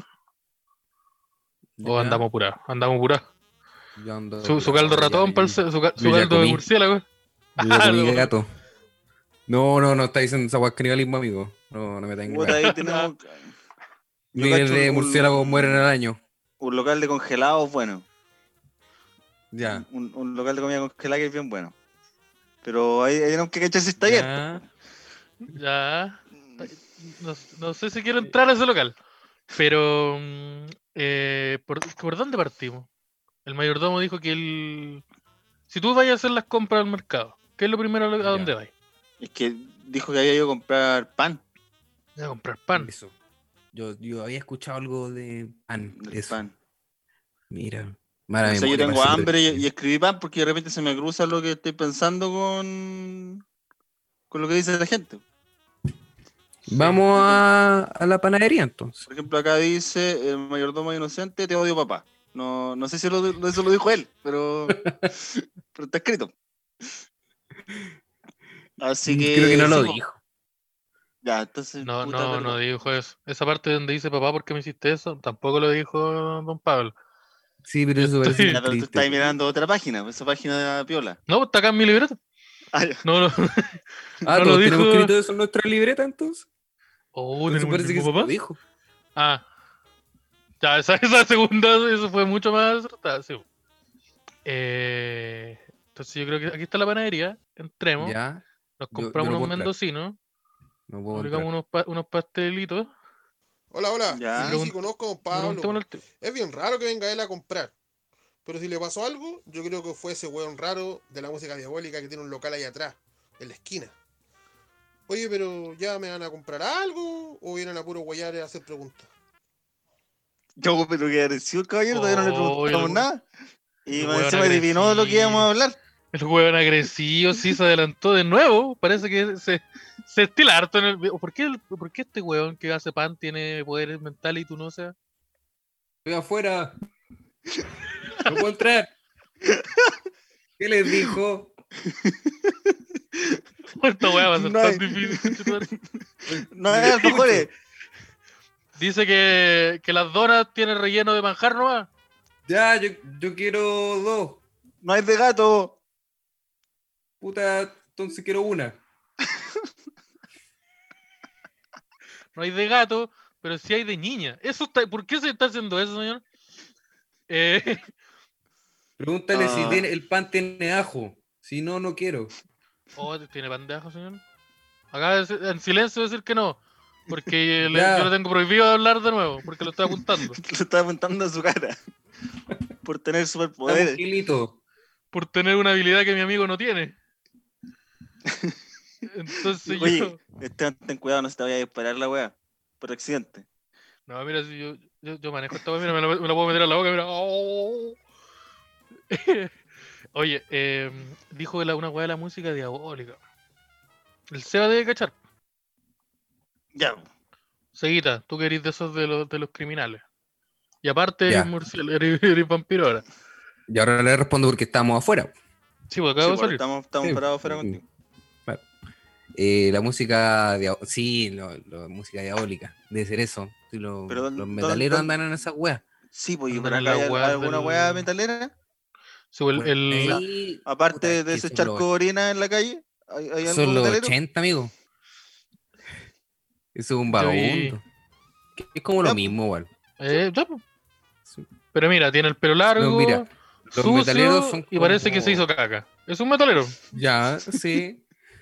Speaker 4: O
Speaker 3: Ya,
Speaker 4: andamos apurados, andamos apurados.
Speaker 3: yo ando
Speaker 4: Su, su
Speaker 3: apurado,
Speaker 4: caldo
Speaker 3: ya,
Speaker 4: ratón,
Speaker 3: y-
Speaker 4: parce, su, ca- su
Speaker 3: yo ya
Speaker 4: caldo de
Speaker 3: comí.
Speaker 4: murciélago.
Speaker 3: Yo ya
Speaker 4: Ah,
Speaker 3: comí
Speaker 4: no.
Speaker 3: gato. No, no, no está diciendo esa weá es canibalismo, amigo. No, no me tengo.
Speaker 2: Puta, ahí tenemos. Yo
Speaker 3: Miles
Speaker 2: cacho
Speaker 3: de
Speaker 2: un-
Speaker 3: murciélagos mueren al año.
Speaker 2: Un local de congelados bueno.
Speaker 3: Ya.
Speaker 2: Un, un local de comida congelada que es bien bueno. Pero ahí, ahí tenemos que cachar si está abierto.
Speaker 3: Ya.
Speaker 4: Ya. No, no sé si quiero entrar a ese local. Pero. mm, eh, ¿por, ¿por dónde partimos? El mayordomo dijo que el. Si tú vayas a hacer las compras al mercado, ¿qué es lo primero a lo- a
Speaker 3: Ya.
Speaker 4: dónde vas?
Speaker 2: Es que dijo que había ido a comprar pan.
Speaker 4: A comprar pan.
Speaker 3: Eso. Yo, yo había escuchado algo de pan.
Speaker 2: El
Speaker 3: Eso.
Speaker 2: pan.
Speaker 3: Mira. Mala
Speaker 2: O sea, yo
Speaker 3: memoria,
Speaker 2: tengo
Speaker 3: parece
Speaker 2: hambre y,
Speaker 3: que-
Speaker 2: y escribí pan porque de repente se me cruza lo que estoy pensando con, con lo que dice la gente.
Speaker 3: Vamos a, a la panadería entonces.
Speaker 2: Por ejemplo, acá dice el mayordomo inocente, te odio papá. No, no sé si lo, lo- eso lo dijo él, pero, pero está escrito. Así que.
Speaker 3: Creo que no lo
Speaker 2: sí, po.
Speaker 3: dijo.
Speaker 2: Ya, entonces.
Speaker 4: No,
Speaker 2: puta,
Speaker 4: no,
Speaker 2: perdón.
Speaker 4: no dijo eso. Esa parte donde dice papá, ¿por qué me hiciste eso? Tampoco lo dijo don Pablo.
Speaker 3: Sí, pero
Speaker 4: Yo
Speaker 3: eso parece
Speaker 4: estoy-
Speaker 2: Ya,
Speaker 3: que
Speaker 2: pero tú
Speaker 3: triste.
Speaker 2: estás mirando otra página, esa página de la piola.
Speaker 4: No, está acá en mi libreta.
Speaker 2: Ah, ya.
Speaker 4: No, no.
Speaker 3: Ah,
Speaker 4: no lo
Speaker 3: ¿todos tenemos
Speaker 4: dijo.
Speaker 3: escrito eso en nuestra libreta entonces?
Speaker 4: Oh,
Speaker 3: Entonces
Speaker 4: ¿tenemos el
Speaker 3: parece que
Speaker 4: mismo
Speaker 3: se lo
Speaker 4: papá?
Speaker 3: dijo.
Speaker 4: Ah. Ya, esa, esa segunda, eso fue mucho más acertada, sí. Eh, entonces yo creo que aquí está la panadería. Entremos,
Speaker 3: Ya,
Speaker 4: nos
Speaker 3: yo
Speaker 4: compramos
Speaker 3: no
Speaker 4: unos
Speaker 3: puedo entrar.
Speaker 4: mendocinos,
Speaker 3: no puedo
Speaker 4: aplicamos
Speaker 3: entrar.
Speaker 4: unos, pa- unos pastelitos
Speaker 8: Hola, hola.
Speaker 2: Ya.
Speaker 8: Sí, sí, conozco a don Pablo.
Speaker 4: preguntémosle al tío.
Speaker 8: Es bien raro que venga él a comprar. Pero si le pasó algo, yo creo que fue ese weón raro de la música diabólica que tiene un local ahí atrás, en la esquina. Oye, pero ¿ya me van a comprar algo? ¿O vienen a puro guayar a hacer preguntas?
Speaker 2: Yo, pero que agresivo el caballero, todavía no le
Speaker 4: Oh,
Speaker 2: preguntamos
Speaker 4: el-
Speaker 2: nada. Y
Speaker 4: el
Speaker 2: más
Speaker 4: hueón
Speaker 2: encima adivinó de lo que íbamos a hablar.
Speaker 4: El hueón agresivo sí se adelantó de nuevo. Parece que se, se estila harto en el video. ¿Por qué, el- ¿Por qué este hueón que hace pan tiene poderes mentales y tú no seas?
Speaker 3: Estoy afuera. No puedo entrar. ¿Qué les dijo?
Speaker 4: Esta hueá va a ser
Speaker 2: No
Speaker 4: tan
Speaker 2: hay-
Speaker 4: difícil. conchetumare.
Speaker 2: No hay alfajores.
Speaker 4: Dice que, que las donas tienen relleno de manjar nomás.
Speaker 3: Ya, yo, yo quiero dos.
Speaker 2: No hay de gato.
Speaker 3: Puta, entonces quiero una.
Speaker 4: No hay de gato, pero sí hay de niña. Eso está, ¿por qué se está haciendo eso, señor? Eh,
Speaker 3: Pregúntale si
Speaker 2: Ah.
Speaker 3: tiene- el pan tiene ajo. Si no, no quiero.
Speaker 4: oh, ¿tiene pan de ajo, señor? Acá es- en silencio decir que no. Porque le-
Speaker 3: Ya.
Speaker 4: yo le tengo prohibido hablar de nuevo, porque lo estoy apuntando.
Speaker 2: Lo está apuntando a su cara. Por tener
Speaker 3: Está
Speaker 2: superpoderes.
Speaker 3: tranquilito.
Speaker 4: Por tener una habilidad que mi amigo no tiene. Entonces
Speaker 2: Oye,
Speaker 4: yo.
Speaker 2: Esteban, ten cuidado, no se te vaya a disparar la weá. Por accidente.
Speaker 4: No, mira, si yo, yo, yo manejo esta weá, mira, me la, me la puedo meter a la boca, mira. Oh. Oye, eh, dijo la, una weá de la música diabólica. El Seba debe cachar.
Speaker 2: Ya.
Speaker 4: Seguita, tú que eres de esos de los, de los criminales. Y aparte
Speaker 3: Ya.
Speaker 4: eres murciélago, eres, eres vampiro ahora.
Speaker 3: Y ahora le respondo porque estamos afuera.
Speaker 4: Sí, pues
Speaker 2: Sí,
Speaker 4: acabo de
Speaker 2: pues,
Speaker 4: salir.
Speaker 2: estamos estamos
Speaker 3: Sí.
Speaker 2: parados afuera contigo.
Speaker 3: Eh, la música dia- sí, lo- lo- música diabólica. Debe ser eso. Sí, lo-
Speaker 2: Pero ¿dónde-
Speaker 3: los
Speaker 2: dónde-
Speaker 3: metaleros
Speaker 2: dónde-
Speaker 3: andan en esa wea.
Speaker 2: Sí, pues, y por
Speaker 4: Andan
Speaker 2: acá
Speaker 4: en
Speaker 2: hay
Speaker 4: la weá
Speaker 2: alguna
Speaker 4: del-
Speaker 2: weá metalera.
Speaker 4: Sí, pues, el, el-
Speaker 3: Ahí,
Speaker 2: Aparte
Speaker 3: puta,
Speaker 2: de
Speaker 3: es que
Speaker 2: ese
Speaker 3: son
Speaker 2: charco
Speaker 3: los-
Speaker 2: de orina en la calle. ¿Hay, hay algo
Speaker 3: Son los
Speaker 2: metalero?
Speaker 3: ochenta, amigo. Eso es un
Speaker 4: Yo vi-
Speaker 3: vagabundo. Que Es como lo
Speaker 2: Ya,
Speaker 3: mismo, igual.
Speaker 4: eh, ya, pues.
Speaker 3: Sí.
Speaker 4: Pero mira, tiene el pelo largo,
Speaker 3: mira, los
Speaker 4: sucio,
Speaker 3: metaleros son
Speaker 4: y parece
Speaker 3: como-
Speaker 4: que se hizo caca. Es un metalero.
Speaker 3: Ya, sí.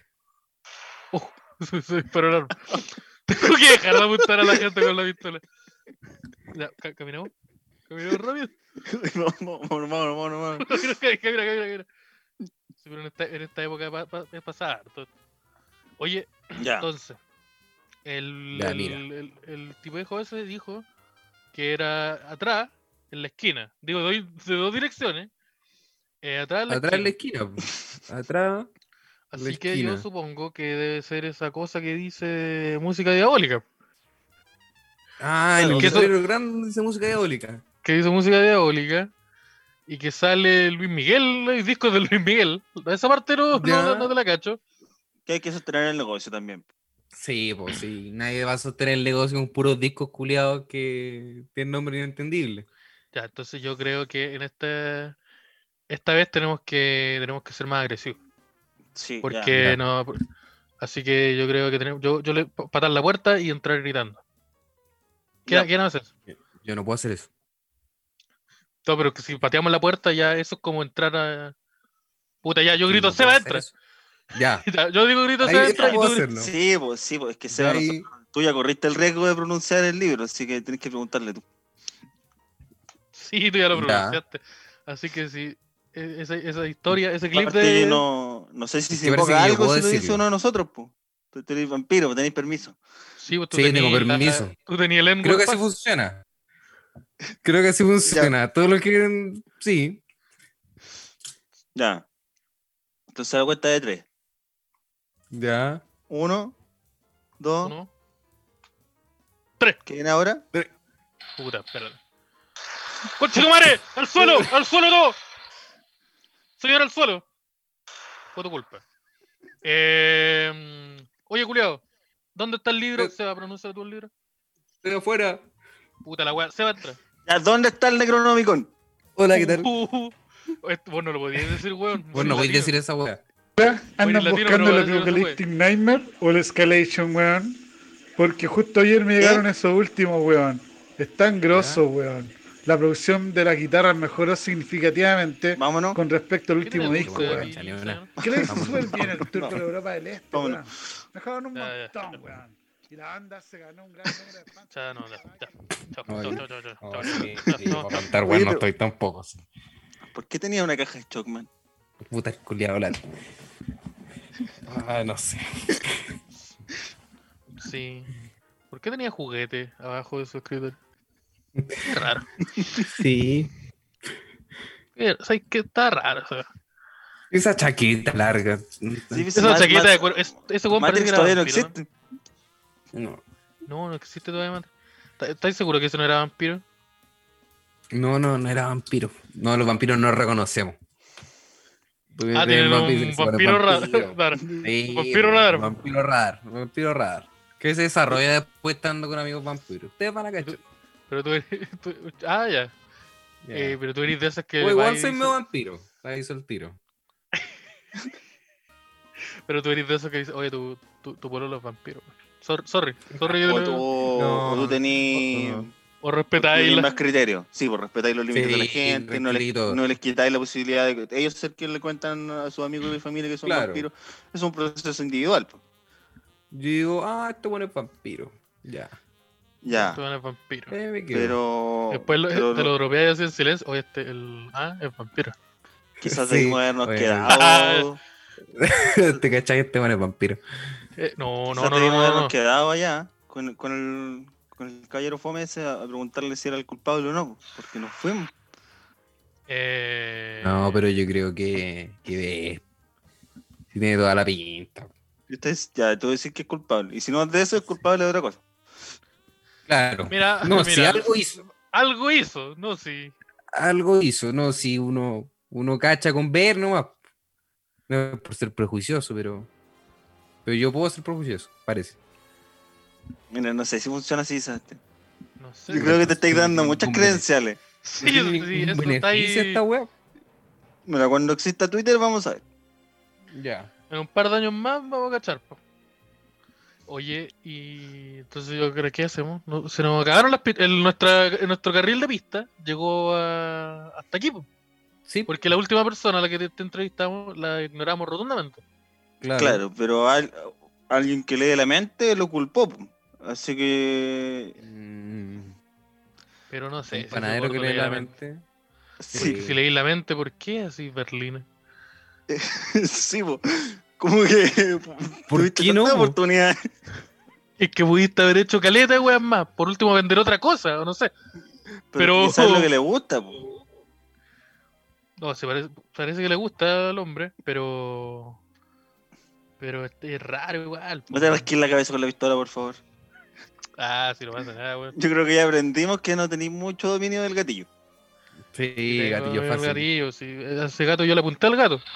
Speaker 4: Se se disparó el arma. Tengo que dejar de apuntar a la gente con la pistola. Ya, ca- caminamos. Caminamos rápido.
Speaker 2: Vamos, vamos, vamos, vamos, vamos.
Speaker 4: Camina, camina, camina, camina. Sí, pero en esta, en esta época pa- pa- es pasar. todo. Oye,
Speaker 2: Ya.
Speaker 4: entonces, el,
Speaker 3: Ya,
Speaker 4: el,
Speaker 3: mira.
Speaker 4: el, el tipo viejo ese dijo que era atrás, en la esquina. Digo, doy de dos direcciones. Eh, atrás en la
Speaker 3: Atrás en la
Speaker 4: esquina.
Speaker 3: esquina. po. Atrás.
Speaker 4: Así
Speaker 3: la
Speaker 4: que yo
Speaker 3: esquina.
Speaker 4: supongo que debe ser esa cosa que dice música diabólica.
Speaker 3: Ah, en
Speaker 2: Claro,
Speaker 3: el
Speaker 4: que eso-
Speaker 3: metalero grande dice música diabólica.
Speaker 4: Que dice música diabólica. Y que sale Luis Miguel, hay discos de Luis Miguel. Esa parte no, no,
Speaker 3: Ya.
Speaker 4: no te la cacho.
Speaker 2: Que hay que sostener el negocio también.
Speaker 3: Sí, pues sí. Nadie va a sostener el negocio con puros discos culiados que tienen nombre inentendible.
Speaker 4: Ya, entonces yo creo que en esta esta vez tenemos que tenemos que ser más agresivos.
Speaker 2: Sí,
Speaker 4: Porque
Speaker 2: ya.
Speaker 4: no. por- Así que yo creo que tenemos. Yo, yo le pa- patar la puerta y entrar gritando. ¿Qué,
Speaker 2: Ya.
Speaker 4: ¿Quién hace eso?
Speaker 3: Yo no puedo hacer eso.
Speaker 4: No, pero que si pateamos la puerta, ya eso es como entrar a. Puta, ya, yo
Speaker 3: Sí,
Speaker 4: grito,
Speaker 3: no
Speaker 4: se
Speaker 3: puedo
Speaker 4: va,
Speaker 3: hacer
Speaker 4: entra.
Speaker 3: eso. Ya.
Speaker 4: Ya, yo digo grito, se
Speaker 3: Ahí
Speaker 4: va,
Speaker 3: eso
Speaker 4: entra. Y
Speaker 3: puedo
Speaker 4: tú
Speaker 3: hacerlo.
Speaker 2: Sí, pues sí, pues es que
Speaker 3: De
Speaker 2: Seba,
Speaker 3: ahí-
Speaker 2: nosotros- tú ya corriste el riesgo de pronunciar el libro, así que tienes que preguntarle tú.
Speaker 4: Sí, tú ya lo
Speaker 3: Ya.
Speaker 4: pronunciaste. Así que sí, e- esa, esa historia, ese clip
Speaker 2: Aparte,
Speaker 4: de.
Speaker 2: yo no, no sé si
Speaker 3: Es
Speaker 2: se
Speaker 3: que parece
Speaker 2: invoca
Speaker 3: que yo
Speaker 2: algo
Speaker 3: puedo
Speaker 2: si lo dice
Speaker 3: decirlo.
Speaker 2: uno de nosotros, pues. Tú tenéis vampiro, tenéis permiso.
Speaker 4: Sí, pues tú
Speaker 3: Sí, tengo
Speaker 4: tenías-
Speaker 3: permiso.
Speaker 4: Tú tenías el
Speaker 3: Creo que
Speaker 4: N-word
Speaker 3: así
Speaker 4: pass.
Speaker 3: funciona. Creo que así funciona. Todo lo que. Sí.
Speaker 2: Ya. Entonces a la cuenta de tres.
Speaker 3: Ya.
Speaker 2: Uno, dos,
Speaker 4: Uno.
Speaker 2: ¿qué viene ahora?
Speaker 4: Puta, espérate. ¡Conchetumare! ¡Al suelo! ¡Al suelo todo! Señor, al suelo. Fue tu culpa. Eh, oye, culiao, ¿dónde está el libro?
Speaker 3: Eh.
Speaker 4: ¿Se va a pronunciar tú el libro?
Speaker 3: Estoy afuera.
Speaker 4: Puta la weá, se va a entrar.
Speaker 2: Ya, ¿dónde está el Necronomicon?
Speaker 3: Hola, ¿qué tal?
Speaker 4: Uh, uh, uh. Esto- Vos no lo podías decir, weón.
Speaker 3: Vos no voy a decir esa weá.
Speaker 9: Andan
Speaker 4: latino,
Speaker 9: buscando
Speaker 4: pero
Speaker 9: el
Speaker 4: parece que no se
Speaker 9: Apocalyptic Nightmare o el Escalation, weón. Porque justo ayer me llegaron esos últimos, weón. Están grosos, weón. La producción de la guitarra mejoró significativamente
Speaker 2: Vámonos.
Speaker 9: con respecto al
Speaker 4: ¿Qué
Speaker 9: último
Speaker 4: tiene
Speaker 9: disco,
Speaker 4: usted
Speaker 9: weón.
Speaker 4: aquí,
Speaker 3: Ni una.
Speaker 4: señor?
Speaker 9: Que le hizo
Speaker 3: Vámonos.
Speaker 9: súper bien el tour
Speaker 2: No.
Speaker 9: por Europa del Este,
Speaker 2: Vámonos.
Speaker 9: weón. Mejoraron un
Speaker 4: Ya, ya,
Speaker 9: montón,
Speaker 4: ya.
Speaker 9: weón. Y la banda se ganó un gran número de fans.
Speaker 4: Ya, no, ya, ya. Chao,
Speaker 3: No,
Speaker 4: chao,
Speaker 3: ya.
Speaker 4: chao, chao, chao,
Speaker 3: No,
Speaker 4: chao,
Speaker 3: sí,
Speaker 4: chao,
Speaker 3: sí,
Speaker 4: chao,
Speaker 3: para
Speaker 4: chao.
Speaker 3: cantar,
Speaker 2: Oye,
Speaker 3: weón, no
Speaker 2: pero-
Speaker 3: estoy tampoco. Sí.
Speaker 2: ¿Por qué tenía una caja de Shockman?
Speaker 3: Puta el culiado, la. Ah, no sé.
Speaker 4: Sí. ¿Por qué tenía juguete abajo de su escritorio? Qué raro.
Speaker 3: Sí.
Speaker 4: Qué- ¿Sabes qué? Está raro, o sea.
Speaker 3: Esa chaqueta larga.
Speaker 2: Sí,
Speaker 4: Esa
Speaker 2: más-
Speaker 4: chaqueta
Speaker 2: más-
Speaker 4: de cuero. es- Ese weón parece
Speaker 2: Matrix
Speaker 4: que era
Speaker 2: todavía no
Speaker 4: vampiro, ¿no?
Speaker 2: existe.
Speaker 3: No.
Speaker 4: No, no existe todavía Matrix. ¿Estás- ¿Estás seguro que ese no era vampiro?
Speaker 3: No, no, no era vampiro. No, los vampiros no reconocemos. Porque
Speaker 4: Ah,
Speaker 3: el
Speaker 4: tienen
Speaker 3: vampiro
Speaker 4: un
Speaker 3: se pone
Speaker 4: vampiro raro.
Speaker 3: vampiro.
Speaker 4: raro.
Speaker 3: Sí,
Speaker 4: Un vampiro
Speaker 3: po,
Speaker 4: raro.
Speaker 3: Vampiro raro. Vampiro raro. Que se desarrolla después estando con amigos vampiros. Ustedes van a cachar.
Speaker 4: Pero tú eres. tú- ah, ya.
Speaker 3: Ya.
Speaker 4: Eh, pero tú eres de esas que.
Speaker 3: O igual
Speaker 4: va y
Speaker 3: soy
Speaker 4: dice-
Speaker 3: medio vampiro. Ahí hizo el tiro.
Speaker 4: Pero tú eres de esos que dices, oye, tu, tu, tu pololo es vampiro. Sorry, sorry. sorry que
Speaker 2: O
Speaker 4: te-
Speaker 2: tú,
Speaker 3: No,
Speaker 2: o tú tenís,
Speaker 3: no.
Speaker 4: o
Speaker 2: tú
Speaker 4: respetáis
Speaker 2: tenís
Speaker 4: la.
Speaker 2: más criterio. Sí, pues respetáis los límites de la
Speaker 3: Sí,
Speaker 2: gente, no les,
Speaker 3: tranquilito.
Speaker 2: no les quitáis la posibilidad de que ellos ser quien le cuentan a sus amigos y familia que son
Speaker 3: Claro.
Speaker 2: vampiros. Es un proceso individual. pues.
Speaker 3: Yo digo, ah, este bueno es vampiro. Ya.
Speaker 2: Ya,
Speaker 4: Tú eres vampiro.
Speaker 3: Eh, me quedo.
Speaker 2: pero,
Speaker 4: Después lo,
Speaker 2: pero
Speaker 4: te lo dropeáis así en silencio. Oye, este, el. Ah, es vampiro.
Speaker 2: quizás de
Speaker 3: Sí,
Speaker 2: ahí habernos
Speaker 3: bueno.
Speaker 2: quedado.
Speaker 3: ¿Te cachai? Este bueno es vampiro.
Speaker 4: Eh, no,
Speaker 2: Quizás
Speaker 4: no, no, no,
Speaker 2: debimos
Speaker 4: no,
Speaker 2: habernos
Speaker 4: no.
Speaker 2: quedado allá con, con el, con el caballero Fome ese a, a preguntarle si era el culpable o no, porque nos fuimos.
Speaker 4: Eh...
Speaker 3: No, pero yo creo que. que ve. Sí tiene toda la pinta.
Speaker 2: Y ustedes ya, tú decís que es culpable. Y si no es de eso, es culpable de otra cosa.
Speaker 3: Claro.
Speaker 4: Mira,
Speaker 3: No,
Speaker 4: mira,
Speaker 3: si algo hizo.
Speaker 4: algo hizo, no, sí.
Speaker 3: Algo hizo, no, si uno, uno cacha con ver nomás. No es por ser prejuicioso, pero. Pero yo puedo ser prejuicioso, parece.
Speaker 2: Mira, no sé si funciona así, Sebastián.
Speaker 4: No sé.
Speaker 2: Yo creo que te estáis dando
Speaker 3: Sí,
Speaker 2: muchas
Speaker 3: hombre.
Speaker 2: credenciales.
Speaker 4: Sí,
Speaker 3: ¿No tiene
Speaker 4: sí,
Speaker 3: ningún
Speaker 4: eso está
Speaker 3: beneficio
Speaker 4: ahí.
Speaker 3: esta web?
Speaker 2: Mira, cuando exista Twitter, vamos a ver.
Speaker 3: Ya.
Speaker 4: En un par de años más vamos a cachar. Po. Oye, y entonces yo creo que hacemos. No, se nos acabaron las pi- el, nuestra, el- nuestro carril de pista llegó a- hasta aquí, po.
Speaker 3: Sí,
Speaker 4: Porque la última persona a la que te, te entrevistamos la ignoramos rotundamente.
Speaker 3: claro.
Speaker 2: Claro, pero al- alguien que lee la mente lo culpó. po. Así que.
Speaker 3: Mm,
Speaker 4: Pero no sé.
Speaker 3: un
Speaker 4: si
Speaker 3: panadero que
Speaker 4: Soporto
Speaker 3: lee
Speaker 4: leía
Speaker 3: la mente.
Speaker 2: Sí,
Speaker 4: Porque si leí la mente, ¿por qué así Berlina?
Speaker 2: sí, po. Como que.
Speaker 3: ¿Por
Speaker 2: tuviste
Speaker 3: qué no,
Speaker 2: tanta
Speaker 3: po?
Speaker 2: oportunidad.
Speaker 4: Es que pudiste haber hecho caleta, weón, más. Por último, vender otra cosa, o no sé.
Speaker 2: Pero,
Speaker 4: Pero-
Speaker 2: quizás es lo que le gusta. po.
Speaker 4: No, se parece, parece que le gusta al hombre, pero. Pero este es raro igual. po.
Speaker 2: No te rasques la cabeza con la pistola, por favor.
Speaker 4: Ah, si no pasa nada, weón.
Speaker 2: Yo creo que ya aprendimos que no tenéis mucho dominio del gatillo.
Speaker 3: Sí,
Speaker 4: Tengo
Speaker 3: gatillo
Speaker 4: el
Speaker 3: fácil.
Speaker 4: gatillo, sí. A ese gato yo le apunté al gato.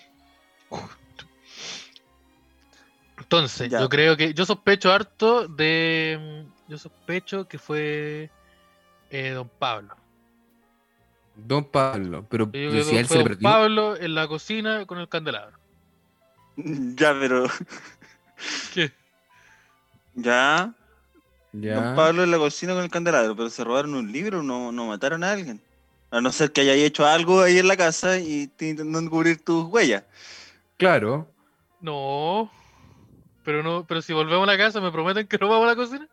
Speaker 4: Entonces,
Speaker 2: Ya.
Speaker 4: yo creo que. Yo sospecho harto de. Yo sospecho que fue. eh, don Pablo.
Speaker 3: Don Pablo, pero,
Speaker 4: Yo
Speaker 3: pero
Speaker 4: creo
Speaker 3: si
Speaker 4: que
Speaker 3: a él
Speaker 4: fue
Speaker 3: se le
Speaker 4: don
Speaker 3: perdió.
Speaker 4: Pablo en la cocina con el candelabro.
Speaker 2: Ya, pero.
Speaker 4: ¿Qué?
Speaker 2: Ya.
Speaker 3: Ya.
Speaker 2: Don Pablo en la cocina con el candelabro, pero se robaron un libro, no, no mataron a alguien. A no ser que hayas hecho algo ahí en la casa y te intentando cubrir tus huellas.
Speaker 3: Claro.
Speaker 4: No. Pero no, pero si volvemos a la casa, ¿me prometen que no vamos a la cocina?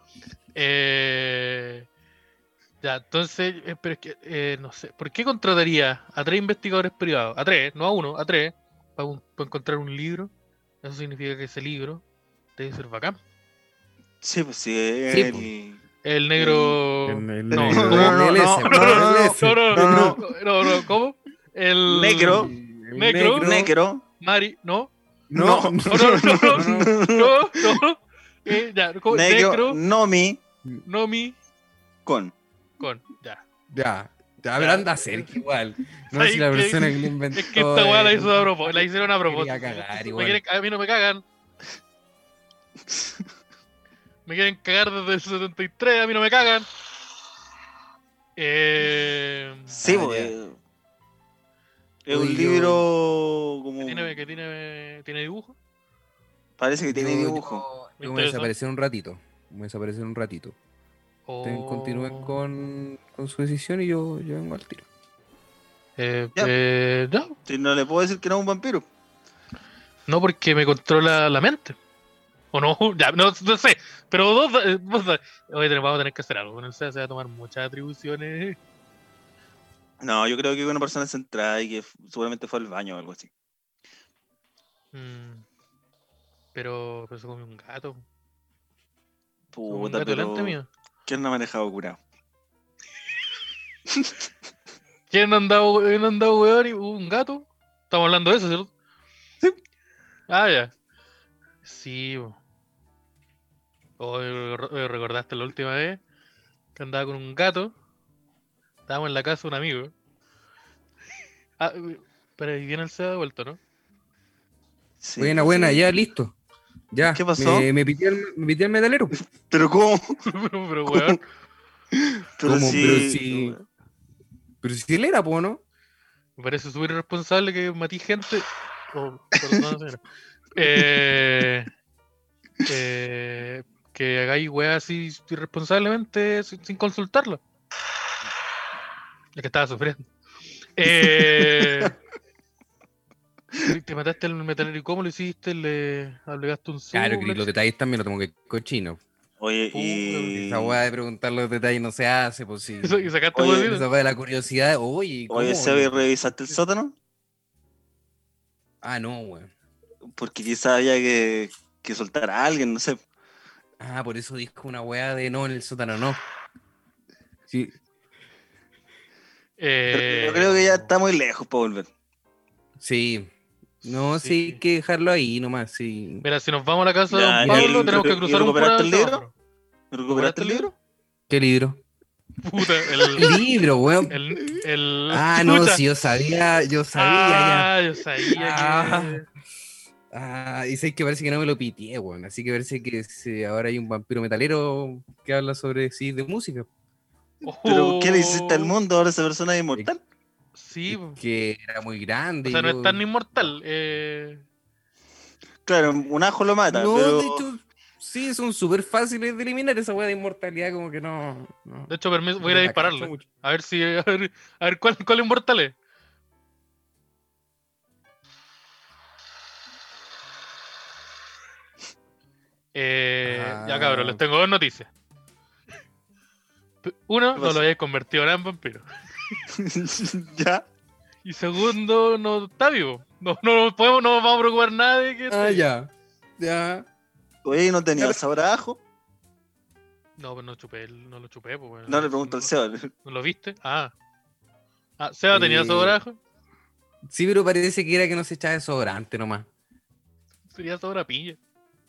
Speaker 4: Eh, ya, entonces, eh, pero es que, eh, no sé, ¿por qué contrataría a tres investigadores privados? A tres, no a uno, a tres, para, encontrar un libro. Eso significa que ese libro debe ser bacán.
Speaker 2: Sí, pues sí, es
Speaker 3: Sí,
Speaker 2: el...
Speaker 3: pues.
Speaker 4: El negro...
Speaker 3: El, el
Speaker 4: No,
Speaker 3: negro,
Speaker 2: no, no,
Speaker 3: el
Speaker 2: no,
Speaker 3: S,
Speaker 2: no,
Speaker 3: pues,
Speaker 2: no,
Speaker 3: el
Speaker 2: no,
Speaker 3: S.
Speaker 4: No, no,
Speaker 2: No,
Speaker 4: no,
Speaker 2: no.
Speaker 4: no, no, ¿cómo? El...
Speaker 2: Negro.
Speaker 3: El
Speaker 4: Negro.
Speaker 2: Negro.
Speaker 4: Mari, no,
Speaker 3: No,
Speaker 2: No,
Speaker 3: no,
Speaker 4: no, no, no,
Speaker 3: no,
Speaker 4: no, no. Eh, ya, ¿cómo?
Speaker 2: Negro,
Speaker 4: Negro,
Speaker 2: Nomi,
Speaker 4: Nomi,
Speaker 2: con.
Speaker 4: con, ya.
Speaker 3: Ya. Ya, a ver,
Speaker 4: Ya.
Speaker 3: anda cerca igual. No
Speaker 4: ¿Sabes
Speaker 3: si la
Speaker 4: qué?
Speaker 3: persona que le inventó.
Speaker 4: Es que esta weá la
Speaker 3: eh,
Speaker 4: hizo a propósito, la hicieron a propósito.
Speaker 3: quería cagar
Speaker 4: Me
Speaker 3: igual.
Speaker 4: quieren- a mí no me cagan. Me quieren cagar desde el setenta y tres, a mí no me cagan. Eh,
Speaker 2: Sí,
Speaker 3: Ah,
Speaker 2: pues.
Speaker 3: ya.
Speaker 2: eh, Es
Speaker 3: Oye,
Speaker 2: un
Speaker 3: yo-
Speaker 2: libro como...
Speaker 4: ¿que tiene, que tiene, tiene dibujo?
Speaker 2: Parece que tiene
Speaker 3: yo-
Speaker 2: dibujo.
Speaker 3: Yo,
Speaker 4: Me
Speaker 3: yo me voy a
Speaker 4: interesa.
Speaker 3: desaparecer un ratito. Me voy a desaparecer un ratito. Ustedes
Speaker 4: O-
Speaker 3: continúen con, con su decisión y yo, yo vengo al tiro.
Speaker 4: Eh,
Speaker 2: Ya.
Speaker 4: eh, no,
Speaker 2: Si no le puedo decir que no es un vampiro.
Speaker 4: no porque me controla la mente. O no, ya, no, no sé. Pero dos, eh, vos- hoy tenemos- vamos a tener que hacer algo. Con el C E A se va a tomar muchas atribuciones.
Speaker 2: No, yo creo que es una persona centrada y que f- seguramente fue al baño o algo así.
Speaker 4: Mm, pero, pero se comió un gato. Un
Speaker 2: Puta,
Speaker 4: gato delante
Speaker 2: pero...
Speaker 4: mío.
Speaker 2: ¿Quién no ha manejado curado?
Speaker 4: ¿Quién no andaba, quién no andaba weón y hubo un gato? Estamos hablando de eso, ¿cierto?
Speaker 2: Sí.
Speaker 4: Ah, ya. Sí, bo. Hoy recordaste la última vez que andaba con un gato. Estábamos en la casa de un amigo. Ah, pero y viene el C E A de vuelta, ¿no?
Speaker 2: Sí,
Speaker 3: buena,
Speaker 2: sí.
Speaker 3: buena, ya listo. Ya.
Speaker 2: ¿Qué pasó?
Speaker 3: Me, me pité el, me pité el metalero.
Speaker 2: ¿Pero cómo?
Speaker 4: pero, pero, weón.
Speaker 2: Pero
Speaker 3: ¿Cómo?
Speaker 2: si...
Speaker 3: Pero si- Pero si él era, po, ¿no?
Speaker 4: Me parece súper irresponsable que matí gente. Oh, perdón, señora. Eh, eh, que hagáis weas así irresponsablemente sin, sin consultarlo. Es que estaba sufriendo. Eh, te mataste al metalero y cómo lo hiciste, le agregaste un
Speaker 3: Claro, que
Speaker 4: suplex.
Speaker 3: los detalles también los tengo que cochino.
Speaker 2: Oye,
Speaker 4: Puta,
Speaker 2: y...
Speaker 3: Esa weá de preguntar los detalles no se hace, pues sí.
Speaker 4: Y sa- y sacaste
Speaker 2: Oye,
Speaker 4: huevito.
Speaker 3: Esa weá de la curiosidad, oye, ¿cómo?
Speaker 2: Oye, Seba, ¿y revisaste el sótano?
Speaker 3: Ah, no, weón.
Speaker 2: Porque quizá había que, que soltar a alguien, no sé.
Speaker 3: Ah, por eso dijo una weá de no en el sótano, no. Sí.
Speaker 2: Pero
Speaker 4: Eh,
Speaker 2: yo creo que ya está muy lejos para volver.
Speaker 3: Sí. No, sí,
Speaker 4: Sí.
Speaker 3: hay que dejarlo ahí nomás, sí.
Speaker 4: Mira, si nos vamos a la casa de
Speaker 2: Ya,
Speaker 4: Don
Speaker 2: ¿y
Speaker 4: Pablo,
Speaker 2: el-
Speaker 4: tenemos que
Speaker 2: y
Speaker 4: cruzar un
Speaker 2: recuperaste
Speaker 4: pura
Speaker 2: el libro?
Speaker 4: semáforo.
Speaker 2: ¿Recuperaste el libro?
Speaker 3: ¿Qué libro?
Speaker 4: Puta,
Speaker 3: El
Speaker 4: el.
Speaker 3: libro, weón.
Speaker 4: el, el
Speaker 3: Ah, no,
Speaker 4: chucha.
Speaker 3: sí, yo sabía, yo sabía
Speaker 4: Ah, yo sabía
Speaker 3: Ah.
Speaker 4: que.
Speaker 3: ya. Ah, y sé que parece que no me lo pitié, weón. Así que parece que sí, ahora hay un vampiro metalero que habla sobre sí de música.
Speaker 2: ¿Pero qué le hiciste al
Speaker 4: Oh,
Speaker 2: mundo? Ahora esa persona es inmortal.
Speaker 4: Sí,
Speaker 3: Es
Speaker 4: po.
Speaker 3: que era muy grande.
Speaker 4: O sea,
Speaker 3: y
Speaker 4: no
Speaker 3: yo-
Speaker 4: es tan inmortal. Eh...
Speaker 2: Claro, un ajo lo mata,
Speaker 3: No,
Speaker 2: pero...
Speaker 3: de hecho, sí, son súper fáciles de eliminar esa weá de inmortalidad, como que no. no.
Speaker 4: De hecho, permiso, voy a ir a
Speaker 3: No la cacho
Speaker 4: dispararle.
Speaker 3: mucho.
Speaker 4: A ver si. A ver, a ver cuál, cuál inmortal es. Eh, Ya, cabrón,
Speaker 3: Ah.
Speaker 4: les tengo dos noticias. P- Uno,
Speaker 2: ¿Qué
Speaker 4: no
Speaker 2: pasó?
Speaker 4: lo hayáis convertido ahora en vampiro.
Speaker 2: ya.
Speaker 4: Y segundo, no está vivo. No, no, nos podemos, no nos vamos a preocupar nada de que.
Speaker 3: Ah,
Speaker 4: esté-
Speaker 3: ya. Ya.
Speaker 2: Oye, ¿no tenía sabor a ajo?
Speaker 4: No, pues no chupé, el- no lo chupé. Pues, bueno.
Speaker 2: No le pregunto al Seba.
Speaker 4: ¿No lo viste? Ah. Ah, Seba tenía
Speaker 3: Eh,
Speaker 4: sabor a ajo.
Speaker 3: Sí, pero parece que era que no se echaba desodorante nomás.
Speaker 4: Sería sabor a piña.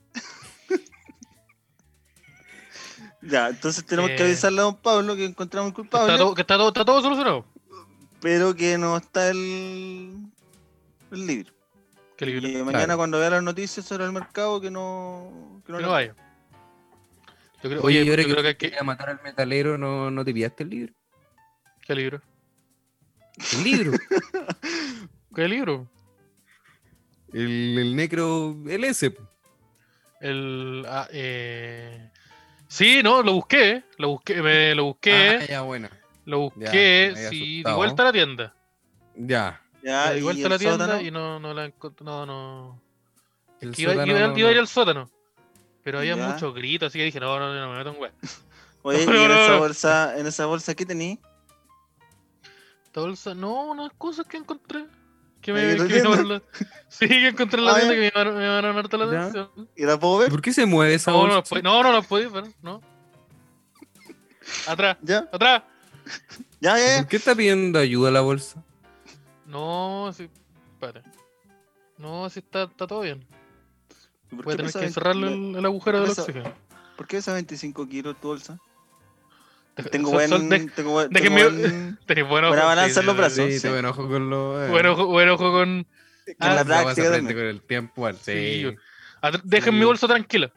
Speaker 2: Ya, entonces tenemos
Speaker 4: Eh.
Speaker 2: que avisarle a don Pablo que encontramos un
Speaker 4: Que
Speaker 2: culpable,
Speaker 4: está, todo, que está, todo, está todo solucionado.
Speaker 2: pero que no está el, el libro.
Speaker 4: Que libro.
Speaker 2: Y mañana
Speaker 3: Claro.
Speaker 2: cuando vea las noticias sobre el mercado que no... Que no,
Speaker 4: Que
Speaker 2: le-
Speaker 4: no vaya. Yo creo,
Speaker 3: Oye,
Speaker 4: oye,
Speaker 3: yo ahora
Speaker 4: yo
Speaker 3: que
Speaker 4: creo que hay que.
Speaker 3: quería matar al metalero, ¿no, no te pillaste el libro?
Speaker 4: ¿Qué libro?
Speaker 3: El libro.
Speaker 4: ¿Qué libro?
Speaker 3: el, el necro, el ese. po.
Speaker 4: El, ah, eh... Sí, no, lo busqué, ¿eh? lo busqué, me, lo busqué,
Speaker 3: Ah, ya, bueno.
Speaker 4: lo
Speaker 3: Ya,
Speaker 4: busqué,
Speaker 3: me había
Speaker 4: sí, di
Speaker 3: asustado.
Speaker 4: vuelta a la tienda.
Speaker 3: Ya.
Speaker 2: Ya,
Speaker 4: di
Speaker 2: y
Speaker 4: vuelta a
Speaker 2: el
Speaker 4: la tienda
Speaker 2: sótano.
Speaker 4: y no, no la encontré, no, no. Es
Speaker 3: El
Speaker 4: que iba,
Speaker 3: sótano
Speaker 4: iba-
Speaker 3: no-
Speaker 4: iba a ir
Speaker 3: no-
Speaker 4: al sótano, pero había
Speaker 2: Ya.
Speaker 4: muchos gritos, así que dije, no, no, no, no me meto en wea.
Speaker 2: Oye,
Speaker 4: No,
Speaker 2: y
Speaker 4: no,
Speaker 2: en
Speaker 4: no,
Speaker 2: esa
Speaker 4: no.
Speaker 2: bolsa, en esa bolsa, ¿qué tení?
Speaker 4: Esta bolsa, no, unas cosas que encontré. Que
Speaker 2: Ahí
Speaker 4: me,
Speaker 2: en la
Speaker 4: que me llamaron
Speaker 2: tienda.
Speaker 4: la... Sí, que encontré en la
Speaker 2: Ah,
Speaker 4: tienda
Speaker 2: ya.
Speaker 4: que me llamaron, me llamaron harta la
Speaker 3: Ya.
Speaker 4: atención.
Speaker 2: ¿Y la puedo
Speaker 3: ¿Y
Speaker 2: ver?
Speaker 3: por qué se mueve esa
Speaker 4: No, no,
Speaker 3: bolsa?
Speaker 4: no, podí- no, no, no podéis ver, no. Atrás,
Speaker 2: ¿Ya?
Speaker 4: atrás.
Speaker 2: ¿Ya, ya,
Speaker 3: ¿Por
Speaker 2: ya?
Speaker 3: qué está pidiendo ayuda la bolsa?
Speaker 4: No, sí, espérate. No, sí está, está todo bien.
Speaker 2: ¿Y por
Speaker 4: Voy a
Speaker 2: qué
Speaker 4: tener
Speaker 2: pesa
Speaker 4: que
Speaker 2: veinte
Speaker 4: cerrarle el, el agujero del
Speaker 2: pesa-
Speaker 4: oxígeno.
Speaker 2: ¿Por qué pesa veinticinco kilos tu bolsa?
Speaker 4: Deja-
Speaker 2: Tengo
Speaker 4: sol-
Speaker 2: buen...
Speaker 4: sol- de-
Speaker 2: tengo buen...
Speaker 4: déjenme-
Speaker 2: tengo buen-
Speaker 4: Tenéis buen ojo.
Speaker 2: Buena balanza
Speaker 4: sí,
Speaker 2: en los
Speaker 4: sí,
Speaker 2: brazos.
Speaker 3: Sí,
Speaker 2: sí.
Speaker 3: te buen ojo con lo. eh.
Speaker 4: Buen ojo, buen ojo con.
Speaker 2: Que
Speaker 4: Ah,
Speaker 2: en la
Speaker 3: Ya vas a
Speaker 2: práctica
Speaker 3: aprender
Speaker 2: también.
Speaker 3: con el tiempo. Bueno,
Speaker 4: Sí,
Speaker 3: sí.
Speaker 4: yo- Atr- Dejen
Speaker 3: Sí.
Speaker 4: mi bolsa tranquila.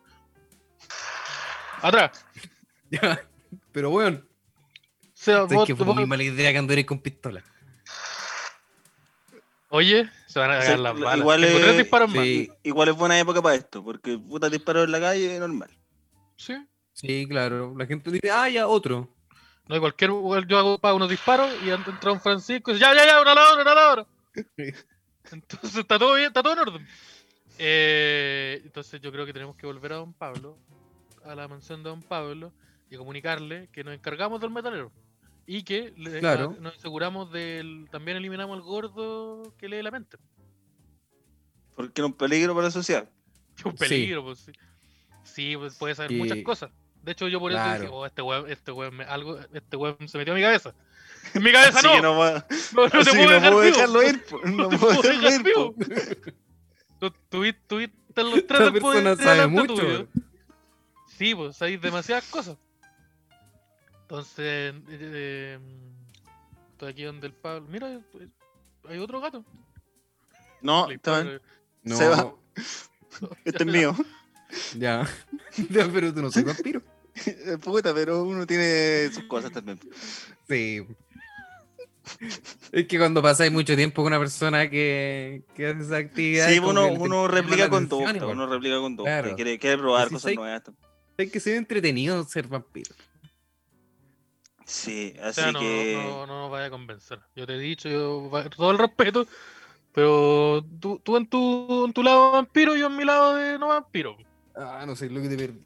Speaker 4: Atrás.
Speaker 3: Ya. Pero bueno,
Speaker 4: O sea,
Speaker 3: es
Speaker 4: vos-
Speaker 3: que fue
Speaker 4: vos-
Speaker 3: muy mala idea que anduviera con pistola.
Speaker 4: Oye, se van a
Speaker 2: Sí,
Speaker 4: cagar las balas.
Speaker 2: igual
Speaker 4: Tengo
Speaker 2: es-
Speaker 4: tres disparos más.
Speaker 3: Sí,
Speaker 2: Igual es buena época para esto, porque puta disparo en la calle es normal.
Speaker 4: Sí.
Speaker 3: sí, claro. La gente dice, ah, ya, otro.
Speaker 4: No hay cualquier. Yo hago para unos disparos y antes entra un Francisco y dice, ya, ya, ya, una a la hora, una a la hora. Entonces está todo bien, está todo en orden. Eh, entonces yo creo que tenemos que volver a Don Pablo, a la mansión de Don Pablo, y comunicarle que nos encargamos del metalero. Y que le-
Speaker 3: Claro.
Speaker 4: a- nos aseguramos del. También eliminamos al gordo que lee la mente.
Speaker 2: Porque era un peligro para la sociedad.
Speaker 4: Que un
Speaker 3: Sí.
Speaker 4: peligro, pues sí. Sí, pues puede saber
Speaker 3: Y-
Speaker 4: muchas cosas. De hecho, yo por eso
Speaker 3: Claro.
Speaker 4: dije, oh, este weón, este weón, me- algo, este weón se metió a mi cabeza. En mi cabeza
Speaker 2: Así
Speaker 4: no.
Speaker 2: que no, va-
Speaker 4: No, no te
Speaker 2: así que
Speaker 4: puedo
Speaker 2: no
Speaker 4: dejar
Speaker 2: puedo
Speaker 4: vivo.
Speaker 2: dejarlo ir. po. No
Speaker 4: No te
Speaker 2: puedo
Speaker 4: puedo
Speaker 2: dejarlo
Speaker 4: dejar
Speaker 2: ir. po.
Speaker 4: vivo. Tú tuviste, tuviste los tres
Speaker 3: Esta
Speaker 4: del poder
Speaker 3: persona
Speaker 4: de
Speaker 3: sabe
Speaker 4: delante
Speaker 3: mucho.
Speaker 4: tuyo. Sí, pues sabéis demasiadas cosas. Entonces, eh, eh, estoy aquí donde el Pablo. Mira, eh, hay otro gato.
Speaker 2: No,
Speaker 4: Le
Speaker 2: está bien.
Speaker 4: disparo-
Speaker 3: No,
Speaker 2: Se va. Este es mío.
Speaker 3: ya. Ya, pero tú no soy vampiro.
Speaker 2: Puta, pero uno tiene sus cosas también.
Speaker 3: Sí. Es que cuando pasáis mucho tiempo con una persona que, que hace esa actividad.
Speaker 2: Sí,
Speaker 3: como
Speaker 2: uno,
Speaker 3: que le
Speaker 2: uno
Speaker 3: llama
Speaker 2: replica
Speaker 3: la
Speaker 2: conducta.
Speaker 3: atención igual.
Speaker 2: Uno replica conducta.
Speaker 3: Claro.
Speaker 2: y Quiere, quiere probar
Speaker 3: Así
Speaker 2: cosas
Speaker 3: soy-
Speaker 2: nuevas.
Speaker 3: Es que ser entretenido ser vampiro.
Speaker 2: Sí,
Speaker 4: O
Speaker 2: así
Speaker 4: sea, no,
Speaker 2: que.
Speaker 4: no, no nos vaya a convencer. Yo te he dicho, yo, va- todo el respeto, pero tú, tú en, tu, en tu lado vampiro, yo en mi lado de no vampiro.
Speaker 3: Ah, no sé lo que te perdí.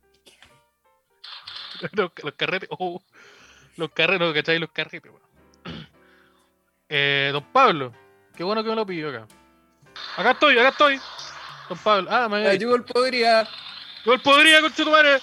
Speaker 4: los, los carretes, oh, los carretes, ¿no? ¿Cachai? Los carretes, weón. Eh, don Pablo, qué bueno que me lo pidió acá. Acá estoy, acá estoy. Don Pablo, ah, me
Speaker 3: Ah, llegó el podría.
Speaker 4: Yo el podría, conchetumare.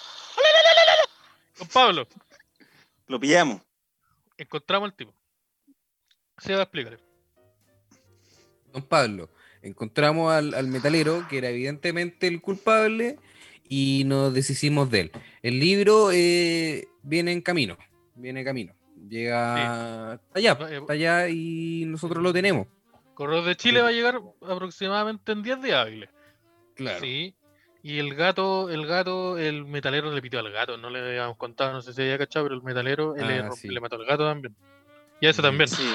Speaker 4: Don Pablo,
Speaker 2: Lo pillamos.
Speaker 4: encontramos al tipo. Se va a explicar.
Speaker 3: Don Pablo, encontramos al, al metalero, que era evidentemente el culpable, y nos deshicimos de él. El libro eh, viene en camino, viene en camino. Llega hasta allá,
Speaker 4: No, eh,
Speaker 3: hasta allá y nosotros lo tenemos.
Speaker 4: Correo de Chile va a llegar aproximadamente en diez días hábiles.
Speaker 3: Claro.
Speaker 4: Sí. Y el gato, el gato, el metalero le pitió al gato, no le habíamos contado, no sé si había cachado, pero el metalero él le,
Speaker 3: Ah,
Speaker 4: romp-
Speaker 3: sí.
Speaker 4: le mató al gato también. Y a ese también.
Speaker 2: Sí.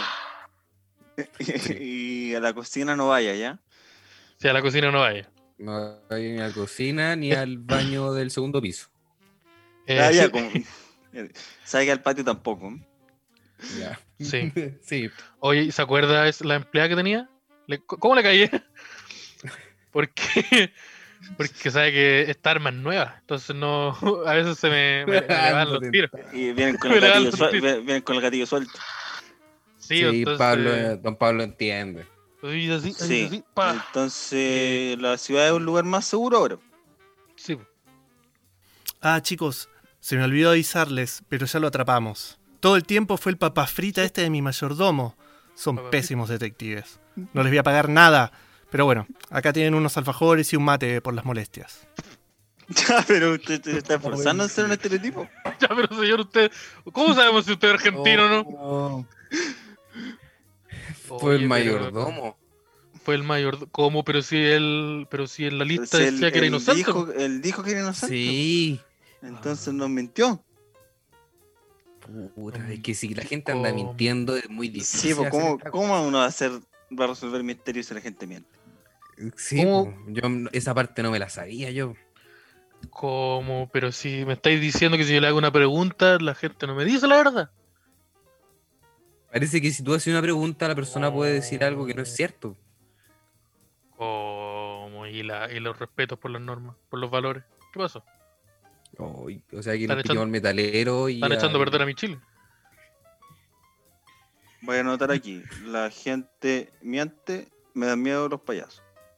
Speaker 2: Y a la cocina no vaya, ¿ya?
Speaker 4: Si a la cocina no vaya.
Speaker 3: No hay ni a la cocina ni al baño del segundo piso.
Speaker 4: Eh,
Speaker 2: Ah, ya, como... Sabe que al patio tampoco.
Speaker 3: Ya.
Speaker 4: Sí.
Speaker 3: Sí.
Speaker 4: Oye, ¿y ¿se acuerda es la empleada que tenía? Le- ¿Cómo le caí? Porque, porque sabe que esta arma es nueva, entonces no, a veces se me, me, me le van los tiros.
Speaker 2: Y vienen con
Speaker 4: Me
Speaker 2: el
Speaker 4: le dan
Speaker 2: gatillo,
Speaker 4: los
Speaker 2: suel-
Speaker 4: tiros.
Speaker 2: vi- vienen con el gatillo suelto.
Speaker 4: Sí,
Speaker 3: Sí,
Speaker 4: entonces,
Speaker 3: Pablo, eh, don Pablo entiende.
Speaker 4: y así, así,
Speaker 2: Sí.
Speaker 4: así, pa.
Speaker 2: Entonces, la ciudad es un lugar más seguro ahora.
Speaker 4: Sí.
Speaker 5: Ah, chicos, se me olvidó avisarles, pero ya lo atrapamos. Todo el tiempo fue el papá frita este de mi mayordomo. Son
Speaker 4: Papá
Speaker 5: pésimos detectives. No les voy a pagar nada. Pero bueno, acá tienen unos alfajores y un mate por las molestias.
Speaker 2: Ya, pero usted se está esforzando en ser un estereotipo.
Speaker 4: Ya, pero señor, usted, ¿cómo sabemos si usted es argentino o no?
Speaker 3: Oh, fue
Speaker 4: Oye,
Speaker 3: el
Speaker 4: pero-
Speaker 3: mayordomo.
Speaker 4: Fue el mayor, ¿cómo? Pero si él, pero si en la
Speaker 2: Pero
Speaker 4: lista
Speaker 2: si
Speaker 4: decía
Speaker 2: él,
Speaker 4: que era
Speaker 2: él
Speaker 4: inocente.
Speaker 2: dijo, él dijo que era inocente.
Speaker 3: Sí.
Speaker 2: Entonces nos mintió.
Speaker 3: Puta, es que si la gente anda
Speaker 4: ¿Cómo?
Speaker 3: mintiendo es muy difícil.
Speaker 2: Sí, pues
Speaker 3: hacer
Speaker 2: ¿cómo,
Speaker 3: esta
Speaker 2: ¿cómo uno va a hacer, va a resolver misterios si la gente miente?
Speaker 3: Sí,
Speaker 4: ¿Cómo?
Speaker 3: po, yo n- esa parte no me la sabía yo.
Speaker 4: ¿Cómo? Pero si me estáis diciendo que si yo le hago una pregunta, la gente no me dice la verdad.
Speaker 3: Parece que si tú haces una pregunta, la persona puede decir algo que no es
Speaker 4: Oh.
Speaker 3: cierto.
Speaker 4: ¿Cómo? Y, la, y los respetos por las normas, por los valores. ¿Qué pasó?
Speaker 3: Oh, y- o sea, que
Speaker 4: Están
Speaker 3: nos pillamos
Speaker 4: echando-
Speaker 3: al metalero y
Speaker 4: Están echando a
Speaker 3: al-
Speaker 4: perder a mi Chile.
Speaker 2: Voy a anotar aquí. La gente miente, me dan miedo los payasos.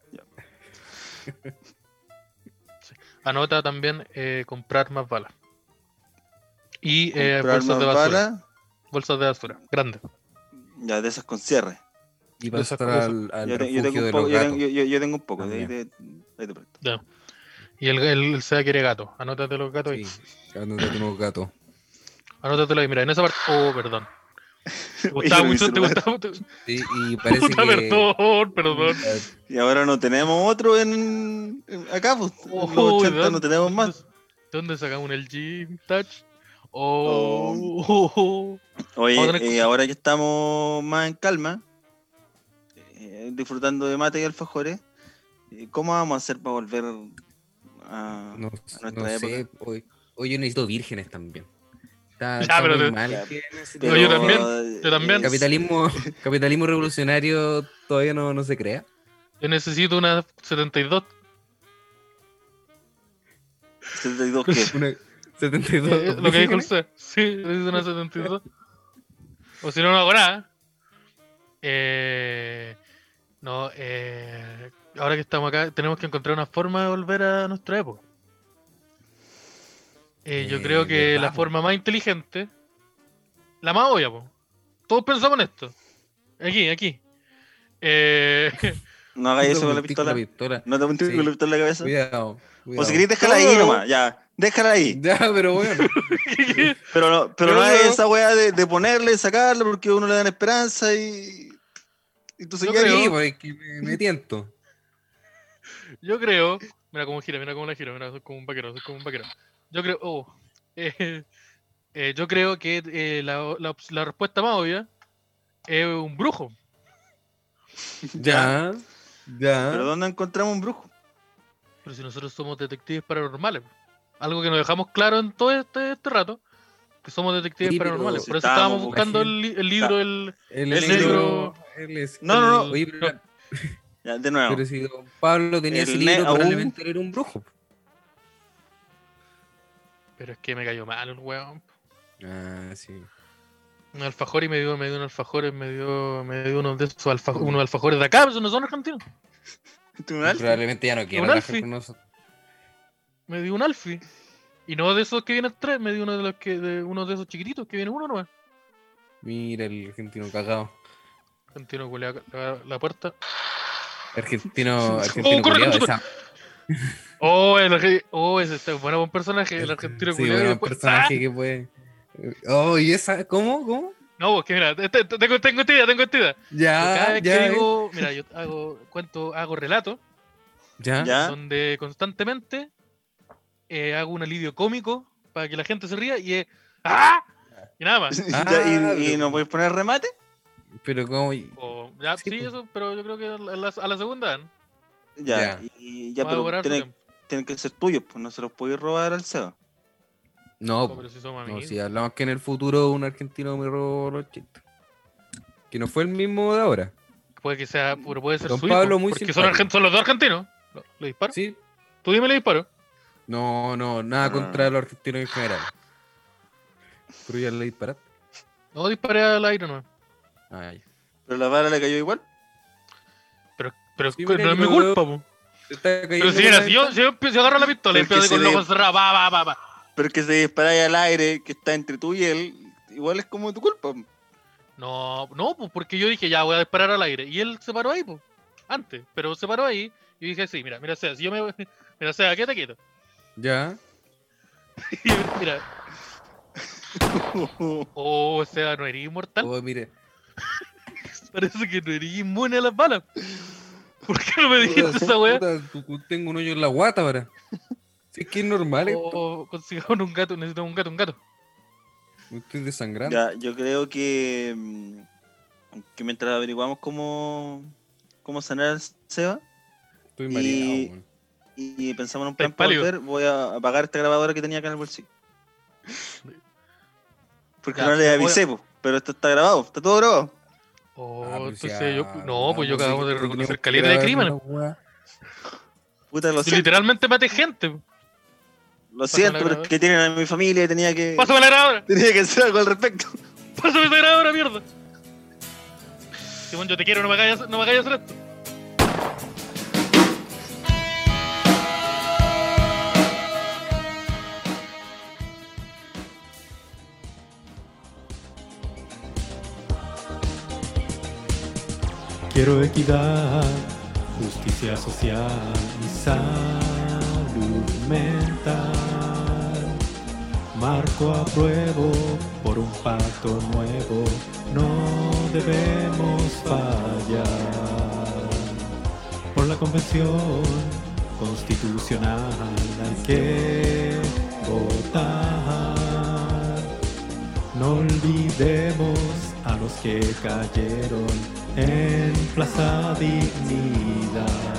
Speaker 4: Anota también eh, comprar más balas. Y eh,
Speaker 2: Comprar
Speaker 4: bolsas de
Speaker 2: más
Speaker 4: basura.
Speaker 2: balas,
Speaker 4: Bolsas de basura, grandes.
Speaker 2: ya de esas con cierre.
Speaker 3: y
Speaker 4: de esas
Speaker 3: pasar
Speaker 4: cosas.
Speaker 3: al, al
Speaker 2: Yo, te- yo
Speaker 3: refugio
Speaker 2: tengo un
Speaker 3: de
Speaker 2: poco,
Speaker 3: los
Speaker 2: yo,
Speaker 3: gatos.
Speaker 2: tengo, yo- yo tengo un poco, de ahí
Speaker 3: También.
Speaker 2: te, ahí te presto.
Speaker 4: Ya. Y el, el, el SEA quiere gato. Anótate los gatos ahí.
Speaker 3: Sí, anótate unos gatos.
Speaker 4: Anótatelo ahí. Mira, en esa parte. Oh, perdón. Te
Speaker 2: Oye,
Speaker 4: gustaba
Speaker 2: pero mi
Speaker 4: mucho, te
Speaker 2: celular-
Speaker 4: gustaba mucho.
Speaker 3: Sí, y parece
Speaker 4: Puta,
Speaker 3: que.
Speaker 4: perdón, perdón.
Speaker 2: Y ahora no tenemos otro en, en- acá, pues. En los
Speaker 4: Oh, ¿de
Speaker 2: ochenta no
Speaker 4: dónde-
Speaker 2: tenemos
Speaker 4: ¿De
Speaker 2: más.
Speaker 4: dónde sacamos un L G Touch? Oh.
Speaker 2: Oye,
Speaker 4: Vamos a tener
Speaker 2: eh,
Speaker 4: que-
Speaker 2: ahora que estamos más en calma, eh, disfrutando de mate y alfajores, eh, ¿cómo vamos a hacer para volver a,
Speaker 3: No,
Speaker 2: a nuestra
Speaker 3: no
Speaker 2: época?
Speaker 3: sé. Hoy, hoy yo necesito vírgenes también. Está,
Speaker 4: Ya,
Speaker 3: está
Speaker 4: pero
Speaker 3: muy
Speaker 4: te-
Speaker 3: mal.
Speaker 2: Ya,
Speaker 3: que necesito
Speaker 2: Pero,
Speaker 4: yo también,
Speaker 2: eh,
Speaker 4: yo también.
Speaker 3: Capitalismo, capitalismo revolucionario todavía no, no se crea.
Speaker 4: Yo necesito una setenta y dos.
Speaker 2: setenta y dos qué?
Speaker 3: Una setenta y dos.
Speaker 4: Eh, lo que dijo el
Speaker 3: vírgenes.
Speaker 4: C. Sí, necesito una setenta y dos. O si no, no hago nada. Eh, no, eh, ahora que estamos acá, tenemos que encontrar una forma de volver a nuestra época. Eh, yo
Speaker 3: Eh,
Speaker 4: creo que
Speaker 3: ¿verdad,
Speaker 4: la
Speaker 3: po?
Speaker 4: forma más inteligente, la más obvia, po. Todos pensamos en esto. Aquí, aquí. Eh,
Speaker 2: No hagáis eso con la
Speaker 3: Apuntí con
Speaker 2: pistola.
Speaker 3: pistola.
Speaker 2: No te apuntes
Speaker 3: Sí.
Speaker 2: con la pistola en la cabeza.
Speaker 3: Cuidado,
Speaker 2: O
Speaker 3: cuidado.
Speaker 2: si querés, déjala ahí
Speaker 4: No.
Speaker 2: nomás. Ya, déjala ahí.
Speaker 3: Ya, pero bueno.
Speaker 2: Pero no, pero
Speaker 4: Pero,
Speaker 2: no es
Speaker 4: pero-
Speaker 2: esa weá de, de ponerle, sacarle, porque a uno le dan seguridad y. Y tú
Speaker 4: Yo
Speaker 2: seguías
Speaker 4: creo-
Speaker 3: Sí,
Speaker 2: ahí.
Speaker 3: porque que me, me tiento.
Speaker 4: Yo creo. Mira cómo gira, mira cómo la gira, mira, soy como un vaquero, soy como un vaquero. Yo creo. Oh, eh, eh, yo creo que eh, la, la, la respuesta más obvia es un brujo.
Speaker 3: Ya, ya.
Speaker 2: Pero ¿dónde encontramos un brujo?
Speaker 4: Pero si nosotros somos detectives paranormales. Algo que nos dejamos claro en todo este, este rato. Que somos detectives
Speaker 3: Sí, pero
Speaker 4: paranormales.
Speaker 2: si
Speaker 4: Por eso
Speaker 2: estábamos
Speaker 4: estábamos buscando el, li- el libro, el,
Speaker 3: El
Speaker 2: El
Speaker 3: libro. él es-
Speaker 2: No, no, no.
Speaker 3: Oye, pero,
Speaker 2: Ya, de nuevo.
Speaker 3: pero si don Pablo tenía
Speaker 2: El
Speaker 3: ese
Speaker 2: ne-
Speaker 3: libro,
Speaker 2: aún-
Speaker 3: probablemente él era un brujo.
Speaker 4: Pero es que me cayó mal el weón.
Speaker 3: Ah, sí.
Speaker 4: Un alfajor y me dio, me dio un alfajor, me dio, me dio uno de esos alfa- unos alfajores de acá, pero esos no son argentinos.
Speaker 2: ¿Tú me das?
Speaker 3: Probablemente ya no quiera
Speaker 4: Un
Speaker 3: trabajar
Speaker 4: Alfie.
Speaker 3: con nosotros.
Speaker 4: Me dio un alfi. Y no de esos que vienen tres, me dio uno de los que, de uno de esos chiquititos que viene uno nomás.
Speaker 3: Mira el argentino cagado.
Speaker 4: Argentino culea la, la puerta.
Speaker 3: Argentino, argentino
Speaker 4: corre,
Speaker 3: culiao,
Speaker 4: corre.
Speaker 3: esa-
Speaker 4: Oh, el, arge- oh, ese está bueno, buen personaje, el argentino
Speaker 3: Sí,
Speaker 4: culiao, y
Speaker 3: bueno, un
Speaker 4: después-
Speaker 3: personaje que puede. Oh, y esa, ¿cómo? ¿Cómo?
Speaker 4: No, pues que mira, te- te- tengo, tengo esta idea, tengo esta idea. Yo cada
Speaker 3: Ya,
Speaker 4: vez
Speaker 3: ya,
Speaker 4: que
Speaker 3: eh.
Speaker 4: digo, mira, yo hago cuento, hago relatos
Speaker 3: ya.
Speaker 2: Ya.
Speaker 4: donde constantemente eh, hago un alivio cómico para que la gente se ría y es ¡ah! Y nada más.
Speaker 2: Ya,
Speaker 3: Ah,
Speaker 2: ¿Y, y
Speaker 3: pero-
Speaker 2: no puedes poner remate?
Speaker 3: Pero como.
Speaker 4: O, ya,
Speaker 3: Sí,
Speaker 4: sí,
Speaker 3: pues.
Speaker 4: eso, pero yo creo que a la, a la segunda ¿no?
Speaker 2: Ya.
Speaker 3: Ya.
Speaker 2: Y ya,
Speaker 4: va a
Speaker 2: pero
Speaker 4: demorar su
Speaker 2: tienen,
Speaker 4: tiempo.
Speaker 2: tienen que ser tuyos, pues no se los podéis robar al Seba.
Speaker 3: No,
Speaker 4: No, pero si somos
Speaker 3: no,
Speaker 4: amigos.
Speaker 3: si hablamos que en el futuro un argentino me robó los chistes. Que no fue el mismo de ahora.
Speaker 4: Puede que sea, pero puede ser
Speaker 3: Don
Speaker 4: su
Speaker 3: Pablo
Speaker 4: hijo,
Speaker 3: muy
Speaker 4: porque son,
Speaker 3: simpático.
Speaker 4: argent- son los dos argentinos. ¿Le- ¿Le disparo?
Speaker 3: Sí.
Speaker 4: Tú dime le disparo.
Speaker 3: No, no, nada
Speaker 2: No, no,
Speaker 3: contra
Speaker 2: no.
Speaker 3: los argentinos en general. Pero ya le disparaste.
Speaker 4: No disparé al aire, no.
Speaker 3: Ah, ya.
Speaker 2: Pero la bala le cayó igual.
Speaker 4: Pero, pero
Speaker 3: Sí,
Speaker 4: no
Speaker 3: mira,
Speaker 4: es mi
Speaker 3: yo-
Speaker 4: culpa, po.
Speaker 3: Te está
Speaker 4: Pero
Speaker 3: cayendo
Speaker 4: si
Speaker 3: por
Speaker 4: era,
Speaker 3: la
Speaker 4: si yo,
Speaker 3: ventana.
Speaker 4: si yo empiezo a agarrar la pistola y
Speaker 2: Pero que
Speaker 4: empiezo
Speaker 2: se
Speaker 4: con los
Speaker 2: ve-
Speaker 4: ojos cerrados, va, va, va, va.
Speaker 2: Pero que se disparáis al aire, que está entre tú y él, igual es como tu culpa.
Speaker 4: No, no, pues porque yo dije, ya voy a disparar al aire. Y él se paró ahí, pues. Antes. Pero se paró ahí. Y dije, sí, mira, mira, Sea, si yo me. Mira, Sea, quédate quieto.
Speaker 3: Ya.
Speaker 4: Y mira. Oh, o sea, no eres inmortal.
Speaker 3: Oh, mire.
Speaker 4: Parece que no eres inmune a las balas. ¿Por qué no me dijiste esa weá?
Speaker 3: Puta, tu- tengo un hoyo en la guata ahora. Si es que es normal esto.
Speaker 4: O consigamos un gato, necesitamos un gato, un gato.
Speaker 3: Me estoy desangrando.
Speaker 2: Ya, yo creo que, mm, que mientras averiguamos cómo, cómo sanar al Seba,
Speaker 3: Estoy
Speaker 2: Y-
Speaker 3: mareado, weón.
Speaker 2: Y pensamos en un plan
Speaker 4: Estáis
Speaker 2: para
Speaker 4: pálido.
Speaker 2: volver. Voy a apagar esta grabadora que tenía acá en el bolsillo. Porque
Speaker 4: Ya,
Speaker 2: no le
Speaker 4: voy a-
Speaker 2: avisé, po, pero esto está grabado, está todo grabado.
Speaker 4: Oh,
Speaker 3: Ah, pero
Speaker 4: entonces
Speaker 3: si
Speaker 4: yo.
Speaker 3: a-
Speaker 4: No, pues yo
Speaker 3: vamos,
Speaker 4: acabamos de
Speaker 3: que
Speaker 4: reconocer
Speaker 3: tenemos que
Speaker 4: caleta de
Speaker 3: grabar
Speaker 4: crímenes.
Speaker 3: una weá.
Speaker 2: Puta, lo
Speaker 4: Yo
Speaker 2: siento,
Speaker 4: literalmente maté gente.
Speaker 2: lo siento,
Speaker 4: la
Speaker 2: pero es
Speaker 4: grabadora.
Speaker 2: que tienen a mi familia y tenía que,
Speaker 4: Pásame la grabadora.
Speaker 2: tenía que hacer algo al respecto.
Speaker 4: Pásame esa grabadora, mierda. Simón, yo te quiero, no me hagas, no me hagas hacer esto.
Speaker 10: Quiero equidad, justicia social y salud mental. Marco apruebo por un pacto nuevo, no debemos fallar. Por la convención constitucional hay que votar. No olvidemos a los que cayeron en Plaza Dignidad.